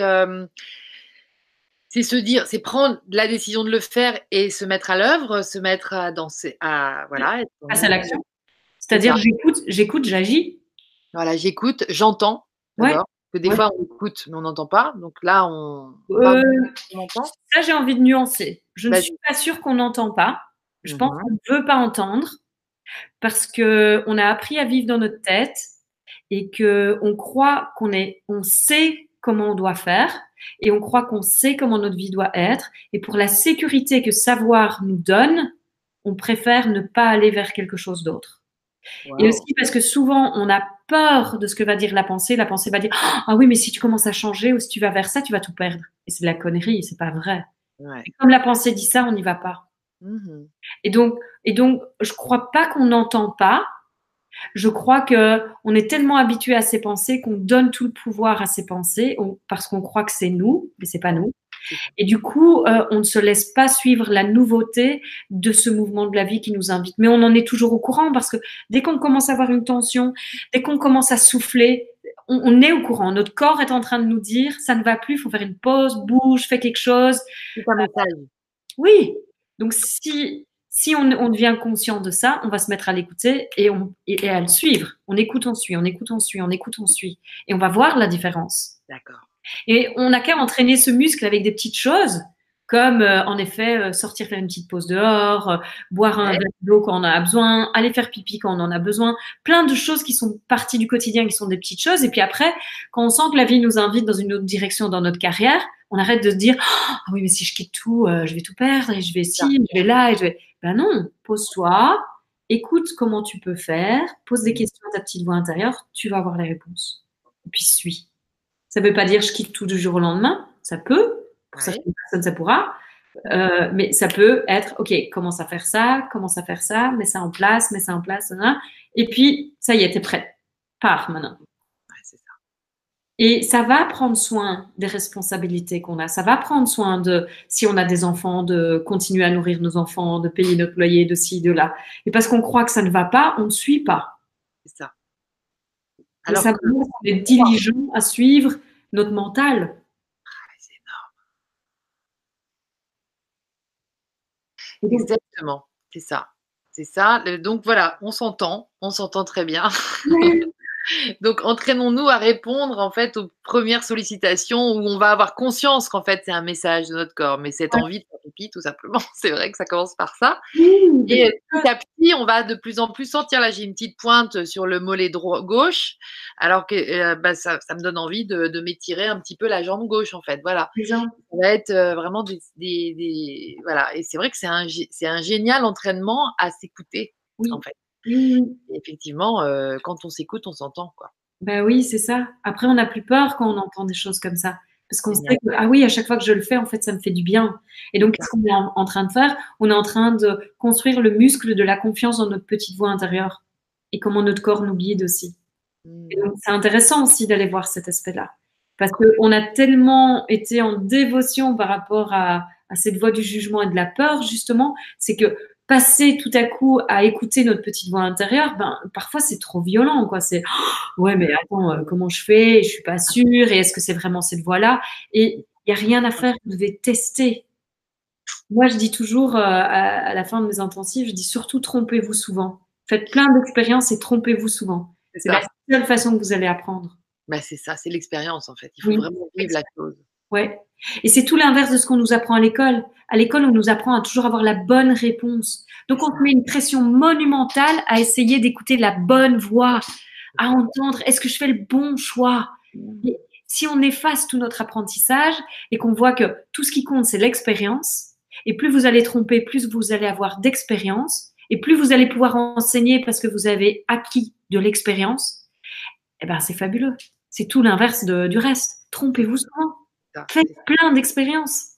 se dire, c'est prendre la décision de le faire et se mettre à l'œuvre, se mettre à danser, voilà. Passe à l'action. C'est-à-dire, j'écoute, j'agis. Voilà, j'écoute, j'entends d'abord. Que des fois, on écoute, mais on n'entend pas. Donc là, on entend. Ça, j'ai envie de nuancer. Je ne suis pas sûre qu'on n'entend pas. Je pense qu'on ne veut pas entendre parce qu'on a appris à vivre dans notre tête et qu'on croit on sait comment on doit faire et on croit qu'on sait comment notre vie doit être. Et pour la sécurité que savoir nous donne, on préfère ne pas aller vers quelque chose d'autre. Wow. Et aussi parce que souvent, on a peur de ce que va dire la pensée. La pensée va dire « Ah oui, mais si tu commences à changer ou si tu vas vers ça, tu vas tout perdre. » Et c'est de la connerie, c'est pas vrai. Ouais. Et comme la pensée dit ça, on n'y va pas. Et donc, je crois pas qu'on n'entend pas. Je crois que on est tellement habitué à ces pensées qu'on donne tout le pouvoir à ces pensées parce qu'on croit que c'est nous, mais c'est pas nous. Et du coup, on ne se laisse pas suivre la nouveauté de ce mouvement de la vie qui nous invite. Mais on en est toujours au courant parce que dès qu'on commence à avoir une tension, dès qu'on commence à souffler, on est au courant. Notre corps est en train de nous dire ça ne va plus, il faut faire une pause, bouge, fais quelque chose. C'est un message. Oui. Donc si on devient conscient de ça, on va se mettre à l'écouter et à le suivre. On écoute, on suit, on écoute, on suit, on écoute, on suit. Et on va voir la différence. D'accord. Et on n'a qu'à entraîner ce muscle avec des petites choses, comme en effet sortir faire une petite pause dehors, boire un verre d'eau quand on en a besoin, aller faire pipi quand on en a besoin, plein de choses qui sont partie du quotidien, qui sont des petites choses. Et puis après, quand on sent que la vie nous invite dans une autre direction dans notre carrière, on arrête de se dire ah oui mais si je quitte tout, je vais tout perdre et je vais ici, je vais là et je vais. Ben non, pose-toi, écoute comment tu peux faire, pose des questions à ta petite voix intérieure, tu vas avoir les réponses. Et puis suis. Ça ne veut pas dire je quitte tout du jour au lendemain, ça peut, pour certaines personnes ça pourra, mais ça peut être, ok, commence à faire ça, mets ça en place, et puis ça y est, t'es prête, pars maintenant. Ouais, c'est ça. Et ça va prendre soin des responsabilités qu'on a. Ça va prendre soin de, si on a des enfants, de continuer à nourrir nos enfants, de payer notre loyer, de ci, de là. Et parce qu'on croit que ça ne va pas, on ne suit pas. C'est ça. Alors ça veut dire qu'on est diligent à suivre notre mental. C'est énorme. Exactement. C'est ça. C'est ça. Donc voilà, on s'entend très bien. Donc, entraînons-nous à répondre en fait aux premières sollicitations où on va avoir conscience qu'en fait c'est un message de notre corps, mais cette envie de faire pipi, tout simplement, c'est vrai que ça commence par ça. Et petit à petit, on va de plus en plus sentir. Là, j'ai une petite pointe sur le mollet gauche, alors que ça me donne envie de m'étirer un petit peu la jambe gauche en fait. Voilà. Ça va être vraiment voilà. Et c'est vrai que c'est un génial entraînement à s'écouter en fait. Oui. Et effectivement, quand on s'écoute, on s'entend, quoi. Ben oui, c'est ça. Après, on n'a plus peur quand on entend des choses comme ça. Parce qu'on sait que, ah oui, à chaque fois que je le fais, en fait, ça me fait du bien. Et donc, qu'est-ce qu'on est en train de faire? On est en train de construire le muscle de la confiance dans notre petite voix intérieure et comment notre corps nous guide aussi. Et donc, c'est intéressant aussi d'aller voir cet aspect-là. Parce qu'on a tellement été en dévotion par rapport à cette voix du jugement et de la peur, justement, c'est que passer tout à coup à écouter notre petite voix intérieure, ben, parfois c'est trop violent, quoi. C'est, oh, ouais, mais attends, comment je fais? Je suis pas sûre. Et est-ce que c'est vraiment cette voix-là? Et il y a rien à faire. Vous devez tester. Moi, je dis toujours, à la fin de mes intensives, je dis surtout trompez-vous souvent. Faites plein d'expériences et trompez-vous souvent. C'est la seule façon que vous allez apprendre. Bah, c'est ça, c'est l'expérience en fait. Il faut vraiment vivre la chose. Ouais. Et c'est tout l'inverse de ce qu'on nous apprend à l'école. À l'école, on nous apprend à toujours avoir la bonne réponse. Donc, on se met une pression monumentale à essayer d'écouter la bonne voix, à entendre est-ce que je fais le bon choix. Et si on efface tout notre apprentissage et qu'on voit que tout ce qui compte, c'est l'expérience, et plus vous allez tromper, plus vous allez avoir d'expérience, et plus vous allez pouvoir enseigner parce que vous avez acquis de l'expérience, eh ben, c'est fabuleux. C'est tout l'inverse du reste. Trompez-vous souvent. Faites plein d'expériences.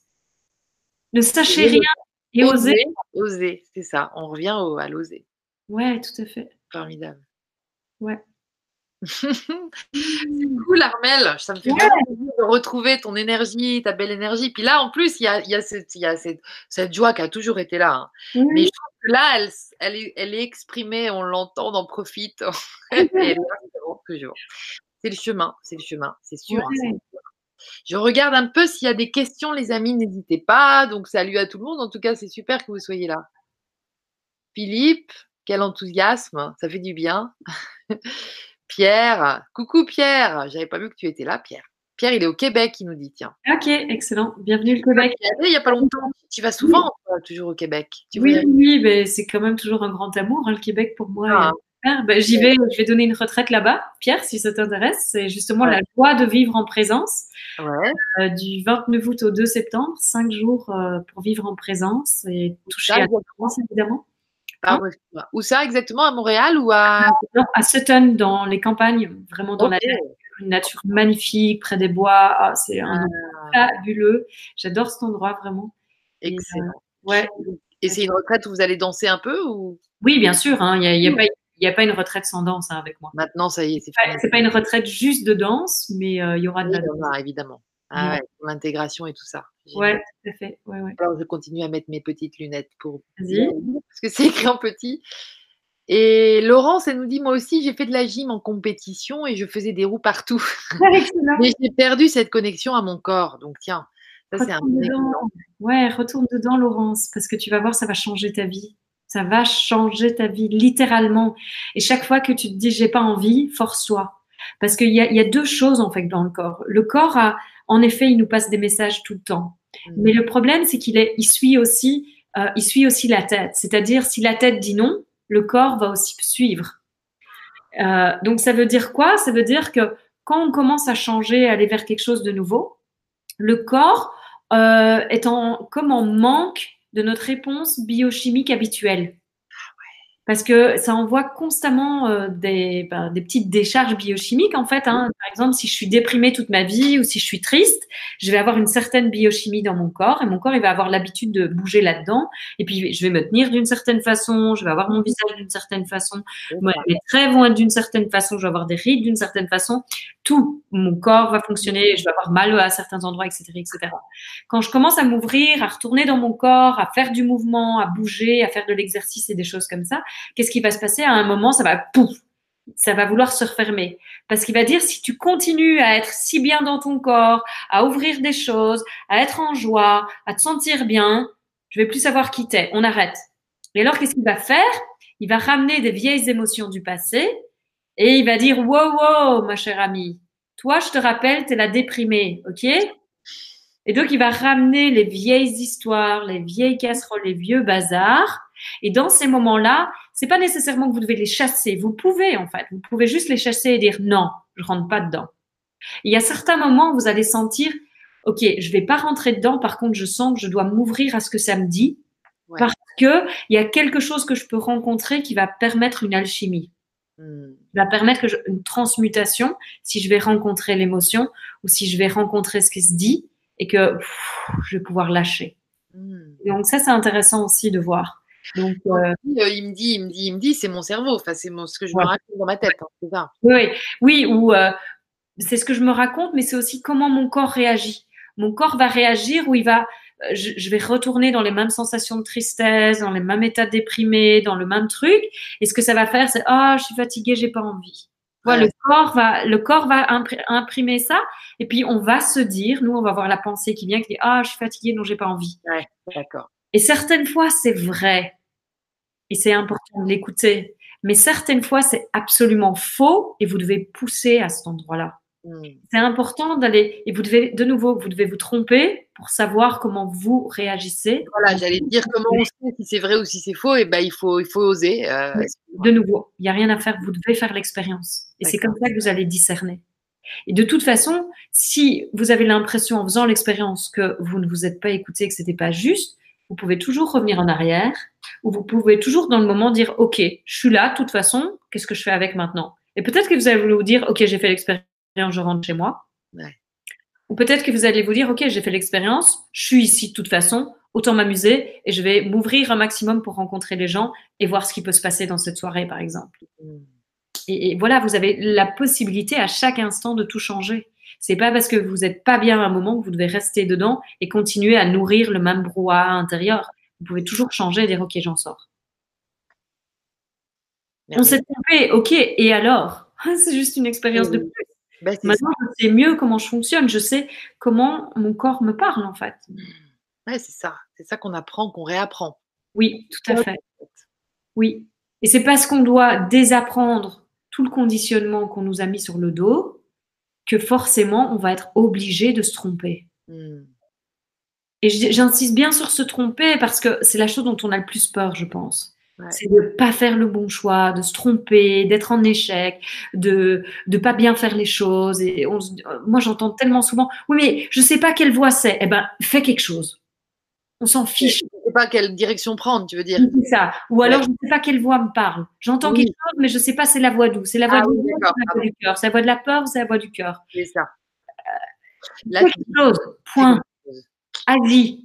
Ne sachez rien et osez. Oser, c'est ça. On revient à l'oser. Ouais, tout à fait. Formidable. Ouais. C'est cool, Armelle. Ça me fait vraiment plaisir de retrouver ton énergie, ta belle énergie. Puis là, en plus, il y a cette joie qui a toujours été là. Hein. Mais je trouve que là, elle est exprimée, on l'entend, on en profite. Et là, toujours. C'est le chemin, c'est sûr. Ouais. Je regarde un peu s'il y a des questions, les amis, n'hésitez pas. Donc, salut à tout le monde. En tout cas, c'est super que vous soyez là. Philippe, quel enthousiasme, ça fait du bien. Pierre, coucou Pierre, j'avais pas vu que tu étais là, Pierre. Pierre, il est au Québec, il nous dit, tiens. Ok, excellent. Bienvenue au Québec. Il n'y a pas longtemps. Tu vas souvent, toujours au Québec. Oui, mais c'est quand même toujours un grand amour, hein, le Québec pour moi. Je vais donner une retraite là-bas, Pierre, si ça t'intéresse. C'est justement la joie de vivre en présence. Du 29 août au 2 septembre, 5 jours pour vivre en présence et toucher à la France, évidemment. Où ça exactement? À Montréal ou à... Non, à Sutton, dans les campagnes, vraiment dans une nature magnifique, près des bois. Ah, c'est un endroit fabuleux. J'adore cet endroit, vraiment. Excellent. Et c'est une retraite où vous allez danser un peu ou... Oui, bien sûr. Hein, il n'y a pas une retraite sans danse, hein, avec moi. Maintenant, ça y est, c'est fini. C'est pas une retraite juste de danse, mais il y aura de la danse. Évidemment. Pour l'intégration et tout ça. Ouais, tout à fait. Ouais. Alors, je continue à mettre mes petites lunettes pour... Parce que c'est écrit en petit. Et Laurence, elle nous dit, moi aussi, j'ai fait de la gym en compétition et je faisais des roues partout. Mais j'ai perdu cette connexion à mon corps. Donc, tiens, ça, c'est un bon exemple. Ouais, retourne dedans, Laurence, parce que tu vas voir, ça va changer ta vie. Ça va changer ta vie, littéralement. Et chaque fois que tu te dis, j'ai pas envie, force-toi. Parce qu'il y a deux choses, en fait, dans le corps. Le corps en effet, il nous passe des messages tout le temps. Mais le problème, c'est il suit aussi la tête. C'est-à-dire, si la tête dit non, le corps va aussi suivre. Donc, ça veut dire quoi? Ça veut dire que quand on commence à changer, à aller vers quelque chose de nouveau, le corps est comme en manque de notre réponse biochimique habituelle. Parce que ça envoie constamment des petites décharges biochimiques en fait. Hein. Par exemple, si je suis déprimée toute ma vie ou si je suis triste, je vais avoir une certaine biochimie dans mon corps et mon corps il va avoir l'habitude de bouger là-dedans. Et puis je vais me tenir d'une certaine façon, je vais avoir mon visage d'une certaine façon, mes traits vont être d'une certaine façon, je vais avoir des rides d'une certaine façon. Tout mon corps va fonctionner, je vais avoir mal à certains endroits, etc., etc. Quand je commence à m'ouvrir, à retourner dans mon corps, à faire du mouvement, à bouger, à faire de l'exercice et des choses comme ça, qu'est-ce qui va se passer? À un moment, ça va pouf, ça va vouloir se refermer. Parce qu'il va dire, si tu continues à être si bien dans ton corps, à ouvrir des choses, à être en joie, à te sentir bien, je vais plus savoir qui t'es. On arrête. Et alors, qu'est-ce qu'il va faire? Il va ramener des vieilles émotions du passé et il va dire, wow, wow, ma chère amie, toi, je te rappelle, t'es la déprimée, ok? Et donc, il va ramener les vieilles histoires, les vieilles casseroles, les vieux bazars. Et dans ces moments-là, c'est pas nécessairement que vous devez les chasser. Vous pouvez, en fait. Vous pouvez juste les chasser et dire non, je rentre pas dedans. Et il y a certains moments où vous allez sentir, OK, je vais pas rentrer dedans. Par contre, je sens que je dois m'ouvrir à ce que ça me dit. Ouais. Parce que il y a quelque chose que je peux rencontrer qui va permettre une alchimie. Qui va permettre une transmutation si je vais rencontrer l'émotion ou si je vais rencontrer ce qui se dit et que je vais pouvoir lâcher. Et donc ça, c'est intéressant aussi de voir. Donc, il me dit, c'est mon cerveau. Enfin, c'est ce que je me raconte dans ma tête. Hein, c'est ça. Oui, ou c'est ce que je me raconte, mais c'est aussi comment mon corps réagit. Mon corps va réagir ou je vais retourner dans les mêmes sensations de tristesse, dans les mêmes états déprimés, dans le même truc. Et ce que ça va faire, c'est je suis fatiguée, j'ai pas envie. Voilà, le corps va imprimer ça, et puis on va se dire, nous, on va voir la pensée qui vient, qui dit je suis fatiguée, non, j'ai pas envie. Ouais, d'accord. Et certaines fois, c'est vrai, et c'est important de l'écouter. Mais certaines fois, c'est absolument faux, et vous devez pousser à cet endroit-là. C'est important d'aller, et vous devez vous tromper pour savoir comment vous réagissez. Voilà, j'allais dire comment on sait si c'est vrai ou si c'est faux, et il faut oser. De nouveau, il n'y a rien à faire, vous devez faire l'expérience. Et c'est comme ça que vous allez discerner. Et de toute façon, si vous avez l'impression en faisant l'expérience que vous ne vous êtes pas écouté, que c'était pas juste, vous pouvez toujours revenir en arrière, ou vous pouvez toujours dans le moment dire, OK, je suis là, de toute façon, qu'est-ce que je fais avec maintenant? Et peut-être que vous allez vous dire, OK, j'ai fait l'expérience, je rentre chez moi. Ouais. Ou peut-être que vous allez vous dire, OK, j'ai fait l'expérience, je suis ici de toute façon, autant m'amuser et je vais m'ouvrir un maximum pour rencontrer les gens et voir ce qui peut se passer dans cette soirée, par exemple. Et voilà, vous avez la possibilité à chaque instant de tout changer. C'est pas parce que vous n'êtes pas bien à un moment que vous devez rester dedans et continuer à nourrir le même brouhaha intérieur. Vous pouvez toujours changer et dire, OK, j'en sors. Merci. On s'est trompé, OK, et alors? C'est juste une expérience de plus. Maintenant, je sais mieux comment je fonctionne. Je sais comment mon corps me parle, en fait. Ouais, c'est ça. C'est ça qu'on apprend, qu'on réapprend. Oui, tout à fait. Oui. Et c'est parce qu'on doit désapprendre tout le conditionnement qu'on nous a mis sur le dos que forcément, on va être obligé de se tromper. Et j'insiste bien sur se tromper parce que c'est la chose dont on a le plus peur, je pense. Ouais. C'est de ne pas faire le bon choix, de se tromper, d'être en échec, de pas bien faire les choses. Et moi, j'entends tellement souvent, oui, mais je sais pas quelle voie c'est. Eh ben, fais quelque chose. On s'en fiche. Je ne sais pas quelle direction prendre, tu veux dire. C'est ça. Ou alors, je ne sais pas quelle voix me parle. J'entends quelque chose, mais je ne sais pas c'est la voix d'où. C'est la voix du cœur. C'est la voix de la peur ou c'est la voix du cœur. C'est ça. Quelque chose. Point. Avis.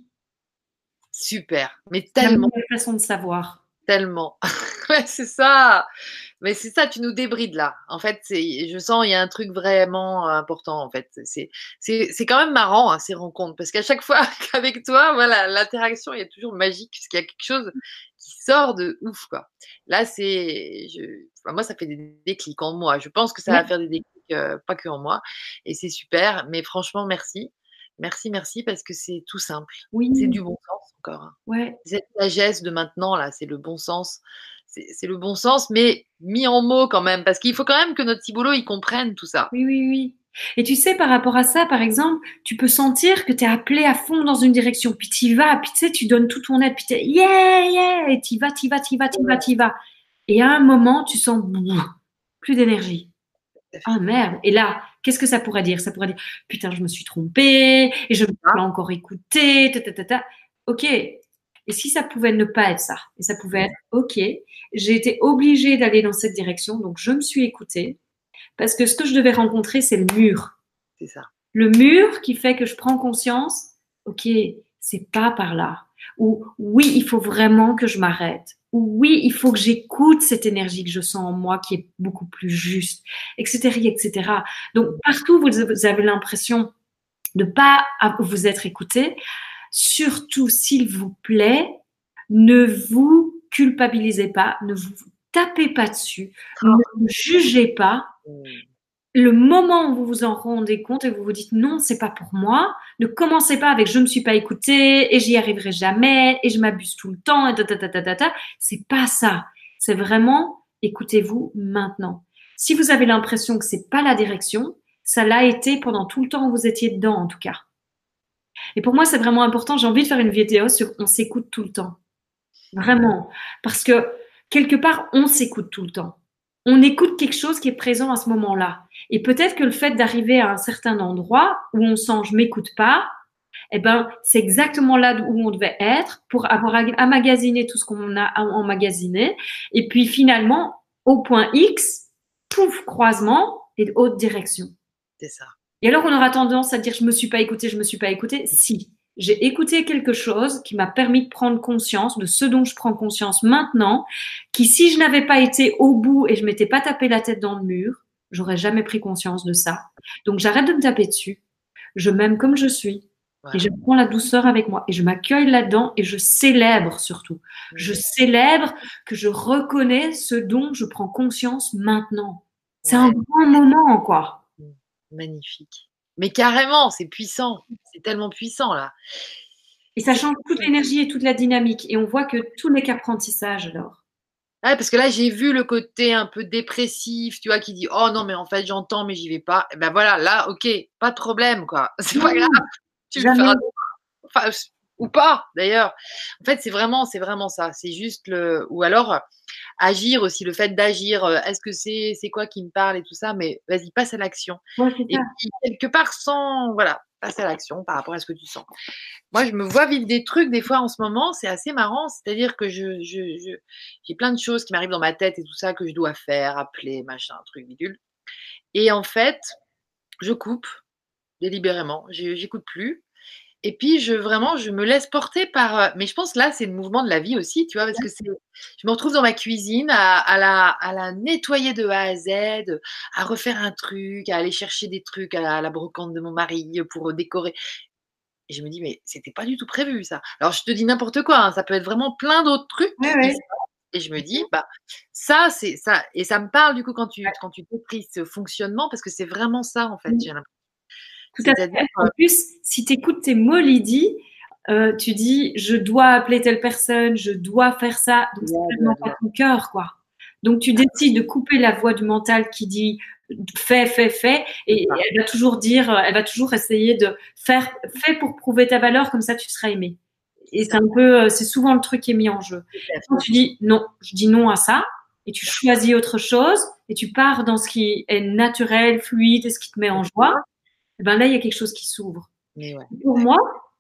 Super. Mais tellement. C'est la façon de savoir. Tellement. Ouais, c'est ça. Mais c'est ça, tu nous débrides là. En fait, je sens il y a un truc vraiment important. En fait, c'est quand même marrant ces rencontres parce qu'à chaque fois qu'avec toi, voilà, l'interaction est toujours magique parce qu'il y a quelque chose qui sort de ouf quoi. Là, moi, ça fait des déclics en moi. Je pense que ça va faire des déclics, pas que en moi, et c'est super. Mais franchement, merci. Merci, parce que c'est tout simple. Oui. C'est du bon sens encore. Ouais. Cette sagesse de maintenant, là, c'est le bon sens. C'est le bon sens, mais mis en mots quand même, parce qu'il faut quand même que notre petit boulot, il comprenne tout ça. Oui. Et tu sais, par rapport à ça, par exemple, tu peux sentir que tu es appelé à fond dans une direction, puis tu y vas, puis tu sais, tu donnes tout ton aide, puis tu es yeah, et tu y vas. Et à un moment, tu sens plus d'énergie. Ah merde. Et là, qu'est-ce que ça pourrait dire? Ça pourrait dire, putain, je me suis trompée et je ne peux pas encore écouter. Ok, Et si ça pouvait ne pas être ça, et ça pouvait être OK, j'ai été obligée d'aller dans cette direction, donc je me suis écoutée, parce que ce que je devais rencontrer, c'est le mur. C'est ça. Le mur qui fait que je prends conscience, OK, c'est pas par là. Ou oui, il faut vraiment que je m'arrête. Ou oui, il faut que j'écoute cette énergie que je sens en moi qui est beaucoup plus juste, etc., etc. Donc, partout, vous avez l'impression de pas vous être écouté. Surtout, s'il vous plaît, ne vous culpabilisez pas, ne vous tapez pas dessus, ne vous jugez pas. Le moment où vous vous en rendez compte et vous vous dites non, c'est pas pour moi, ne commencez pas avec je me suis pas écoutée et j'y arriverai jamais et je m'abuse tout le temps et c'est pas ça. C'est vraiment écoutez-vous maintenant. Si vous avez l'impression que c'est pas la direction, ça l'a été pendant tout le temps où vous étiez dedans en tout cas. Et pour moi, c'est vraiment important. J'ai envie de faire une vidéo sur on s'écoute tout le temps. Vraiment. Parce que quelque part, on s'écoute tout le temps. On écoute quelque chose qui est présent à ce moment-là. Et peut-être que le fait d'arriver à un certain endroit où on sent je m'écoute pas, eh ben, c'est exactement là où on devait être pour avoir emmagasiné tout ce qu'on a emmagasiné. Et puis finalement, au point X, pouf, croisement et autre direction. C'est ça. Et alors, on aura tendance à dire je me suis pas écoutée, je me suis pas écoutée. Si, j'ai écouté quelque chose qui m'a permis de prendre conscience de ce dont je prends conscience maintenant, qui si je n'avais pas été au bout et je m'étais pas tapé la tête dans le mur, j'aurais jamais pris conscience de ça. Donc j'arrête de me taper dessus. Je m'aime comme je suis. Et je prends la douceur avec moi et je m'accueille là-dedans et je célèbre surtout. Je célèbre que je reconnais ce dont je prends conscience maintenant. C'est un grand moment, quoi. Magnifique. Mais carrément, c'est puissant. C'est tellement puissant, là. Et ça change toute l'énergie et toute la dynamique. Et on voit que tout n'est qu'apprentissage, alors. Ouais, parce que là, j'ai vu le côté un peu dépressif, tu vois, qui dit oh non, mais en fait, j'entends, mais j'y vais pas. Et ben voilà, là, ok, pas de problème, quoi. C'est pas grave. Tu le feras. Enfin, ou pas, d'ailleurs. En fait, c'est vraiment ça. C'est juste le. Ou alors, agir aussi, le fait d'agir. Est-ce que c'est quoi qui me parle et tout ça, mais vas-y, passe à l'action. Ouais, et puis, quelque part, voilà, passe à l'action par rapport à ce que tu sens. Moi, je me vois vivre des trucs des fois en ce moment, c'est assez marrant. C'est-à-dire que j'ai plein de choses qui m'arrivent dans ma tête et tout ça que je dois faire, appeler, machin, truc bidule. Et en fait, je coupe délibérément. J'écoute plus. Et puis, je me laisse porter par. Mais je pense là, c'est le mouvement de la vie aussi, tu vois, parce que je me retrouve dans ma cuisine à la nettoyer de A à Z, à refaire un truc, à aller chercher des trucs à la brocante de mon mari pour décorer. Et je me dis, mais c'était pas du tout prévu ça. Alors, je te dis n'importe quoi, hein, ça peut être vraiment plein d'autres trucs. Et je me dis, bah, ça, c'est ça. Et ça me parle du coup quand tu décris ce fonctionnement, parce que c'est vraiment ça, en fait, j'ai l'impression. Tout à fait. En plus, si tu écoutes tes mots, Lydie, tu dis je dois appeler telle personne, je dois faire ça. Donc, c'est tellement pas ton cœur, quoi. Donc, tu décides de couper la voix du mental qui dit fais, et elle va toujours dire, elle va toujours essayer de faire, fais pour prouver ta valeur, comme ça tu seras aimé. Et c'est un peu, c'est souvent le truc qui est mis en jeu. Quand tu dis non, je dis non à ça, et tu choisis autre chose, et tu pars dans ce qui est naturel, fluide, et ce qui te met en joie. Ben là, il y a quelque chose qui s'ouvre. Pour moi,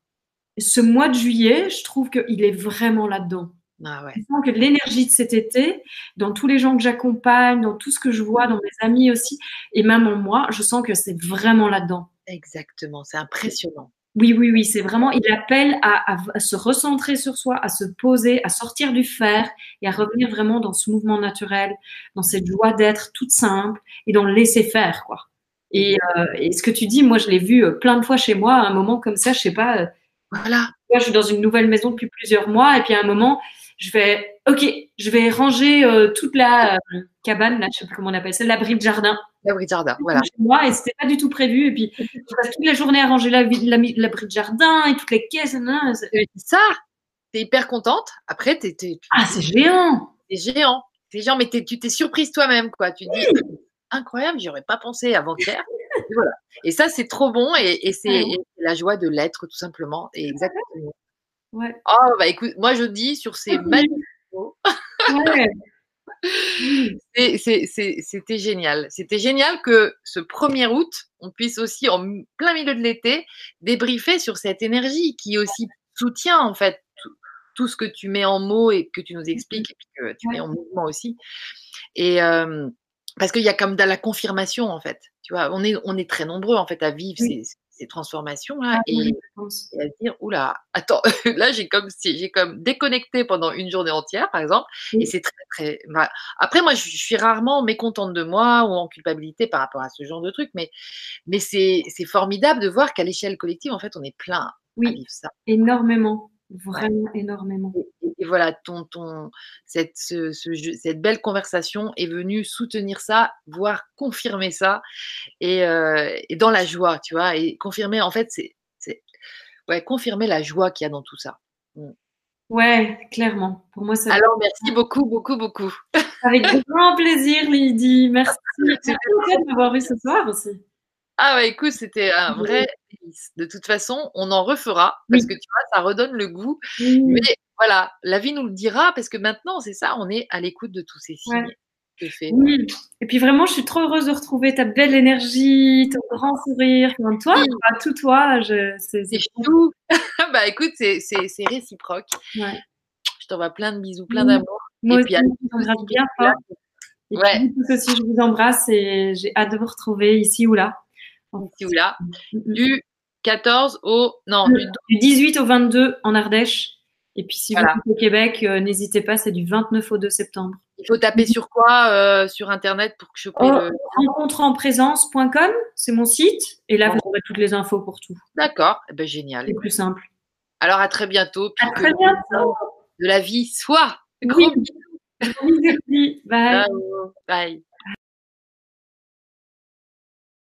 ce mois de juillet, je trouve qu'il est vraiment là-dedans. Je sens que l'énergie de cet été, dans tous les gens que j'accompagne, dans tout ce que je vois, dans mes amis aussi, et même en moi, je sens que c'est vraiment là-dedans. Exactement, c'est impressionnant. Oui, c'est vraiment, il appelle à se recentrer sur soi, à se poser, à sortir du faire et à revenir vraiment dans ce mouvement naturel, dans cette joie d'être toute simple et dans le laisser faire, quoi. Et ce que tu dis, moi, je l'ai vu plein de fois chez moi, à un moment comme ça, je sais pas. Voilà. Moi, je suis dans une nouvelle maison depuis plusieurs mois, et puis à un moment, je vais ranger toute la cabane, là, je sais plus comment on appelle ça, l'abri de jardin. L'abri de jardin, voilà. Chez moi, et c'était pas du tout prévu. Et puis, je passe toute la journée à ranger l'abri de jardin et toutes les caisses. C'est ça. T'es hyper contente. Après, ah, c'est géant. C'est géant. C'est géant, mais tu t'es surprise toi-même, quoi. Tu dis incroyable, j'y aurais pas pensé avant-hier. Et voilà. Et ça, c'est trop bon, et c'est la joie de l'être, tout simplement. Et exactement. Ouais. Oh, bah écoute, moi je dis sur ces magnifiques mots. C'était génial. C'était génial que ce 1er août, on puisse aussi, en plein milieu de l'été, débriefer sur cette énergie qui aussi soutient, en fait, tout ce que tu mets en mots et que tu nous expliques et puis que tu mets en mouvement aussi. Et parce qu'il y a comme de la confirmation en fait. Tu vois, on est très nombreux en fait à vivre ces transformations-là et à se dire oula, attends, là j'ai comme déconnecté pendant une journée entière par exemple et c'est très très. Bah, après moi je suis rarement mécontente de moi ou en culpabilité par rapport à ce genre de truc, mais c'est formidable de voir qu'à l'échelle collective en fait on est plein à vivre ça. Énormément, vraiment énormément. Et voilà, cette belle conversation est venue soutenir ça, voire confirmer ça, et dans la joie, tu vois, et confirmer, en fait, confirmer la joie qu'il y a dans tout ça. Ouais, clairement. Pour moi, ça. Alors, merci beaucoup, beaucoup, beaucoup. Avec grand plaisir, Lydie. Merci. Merci de m'avoir eu ce soir aussi. Ah bah écoute, c'était un vrai délice. De toute façon, on en refera parce que tu vois, ça redonne le goût. Mais voilà, la vie nous le dira parce que maintenant, c'est ça, on est à l'écoute de tous ces signes. Oui. Et puis vraiment, je suis trop heureuse de retrouver ta belle énergie, ton grand sourire. Enfin, toi, tout toi, c'est tout. Bah écoute, c'est réciproque. Ouais. Je t'envoie plein de bisous, plein d'amour. Moi et aussi, je t'embrasse bien fort. Et puis, vous aussi, je vous embrasse et j'ai hâte de vous retrouver ici ou là. Ici ou là. Du 14 au... Non, du 18 au 22 en Ardèche. Et puis, si vous êtes au Québec, n'hésitez pas, c'est du 29 au 2 septembre. Il faut taper sur quoi sur Internet pour choper le... rencontreenprésence.com, c'est mon site. Et là, vous aurez toutes les infos pour tout. D'accord. Eh ben, génial. C'est plus simple. Alors, à très bientôt. À très bientôt. De la vie soit. Gros bisous. Bye. Bye.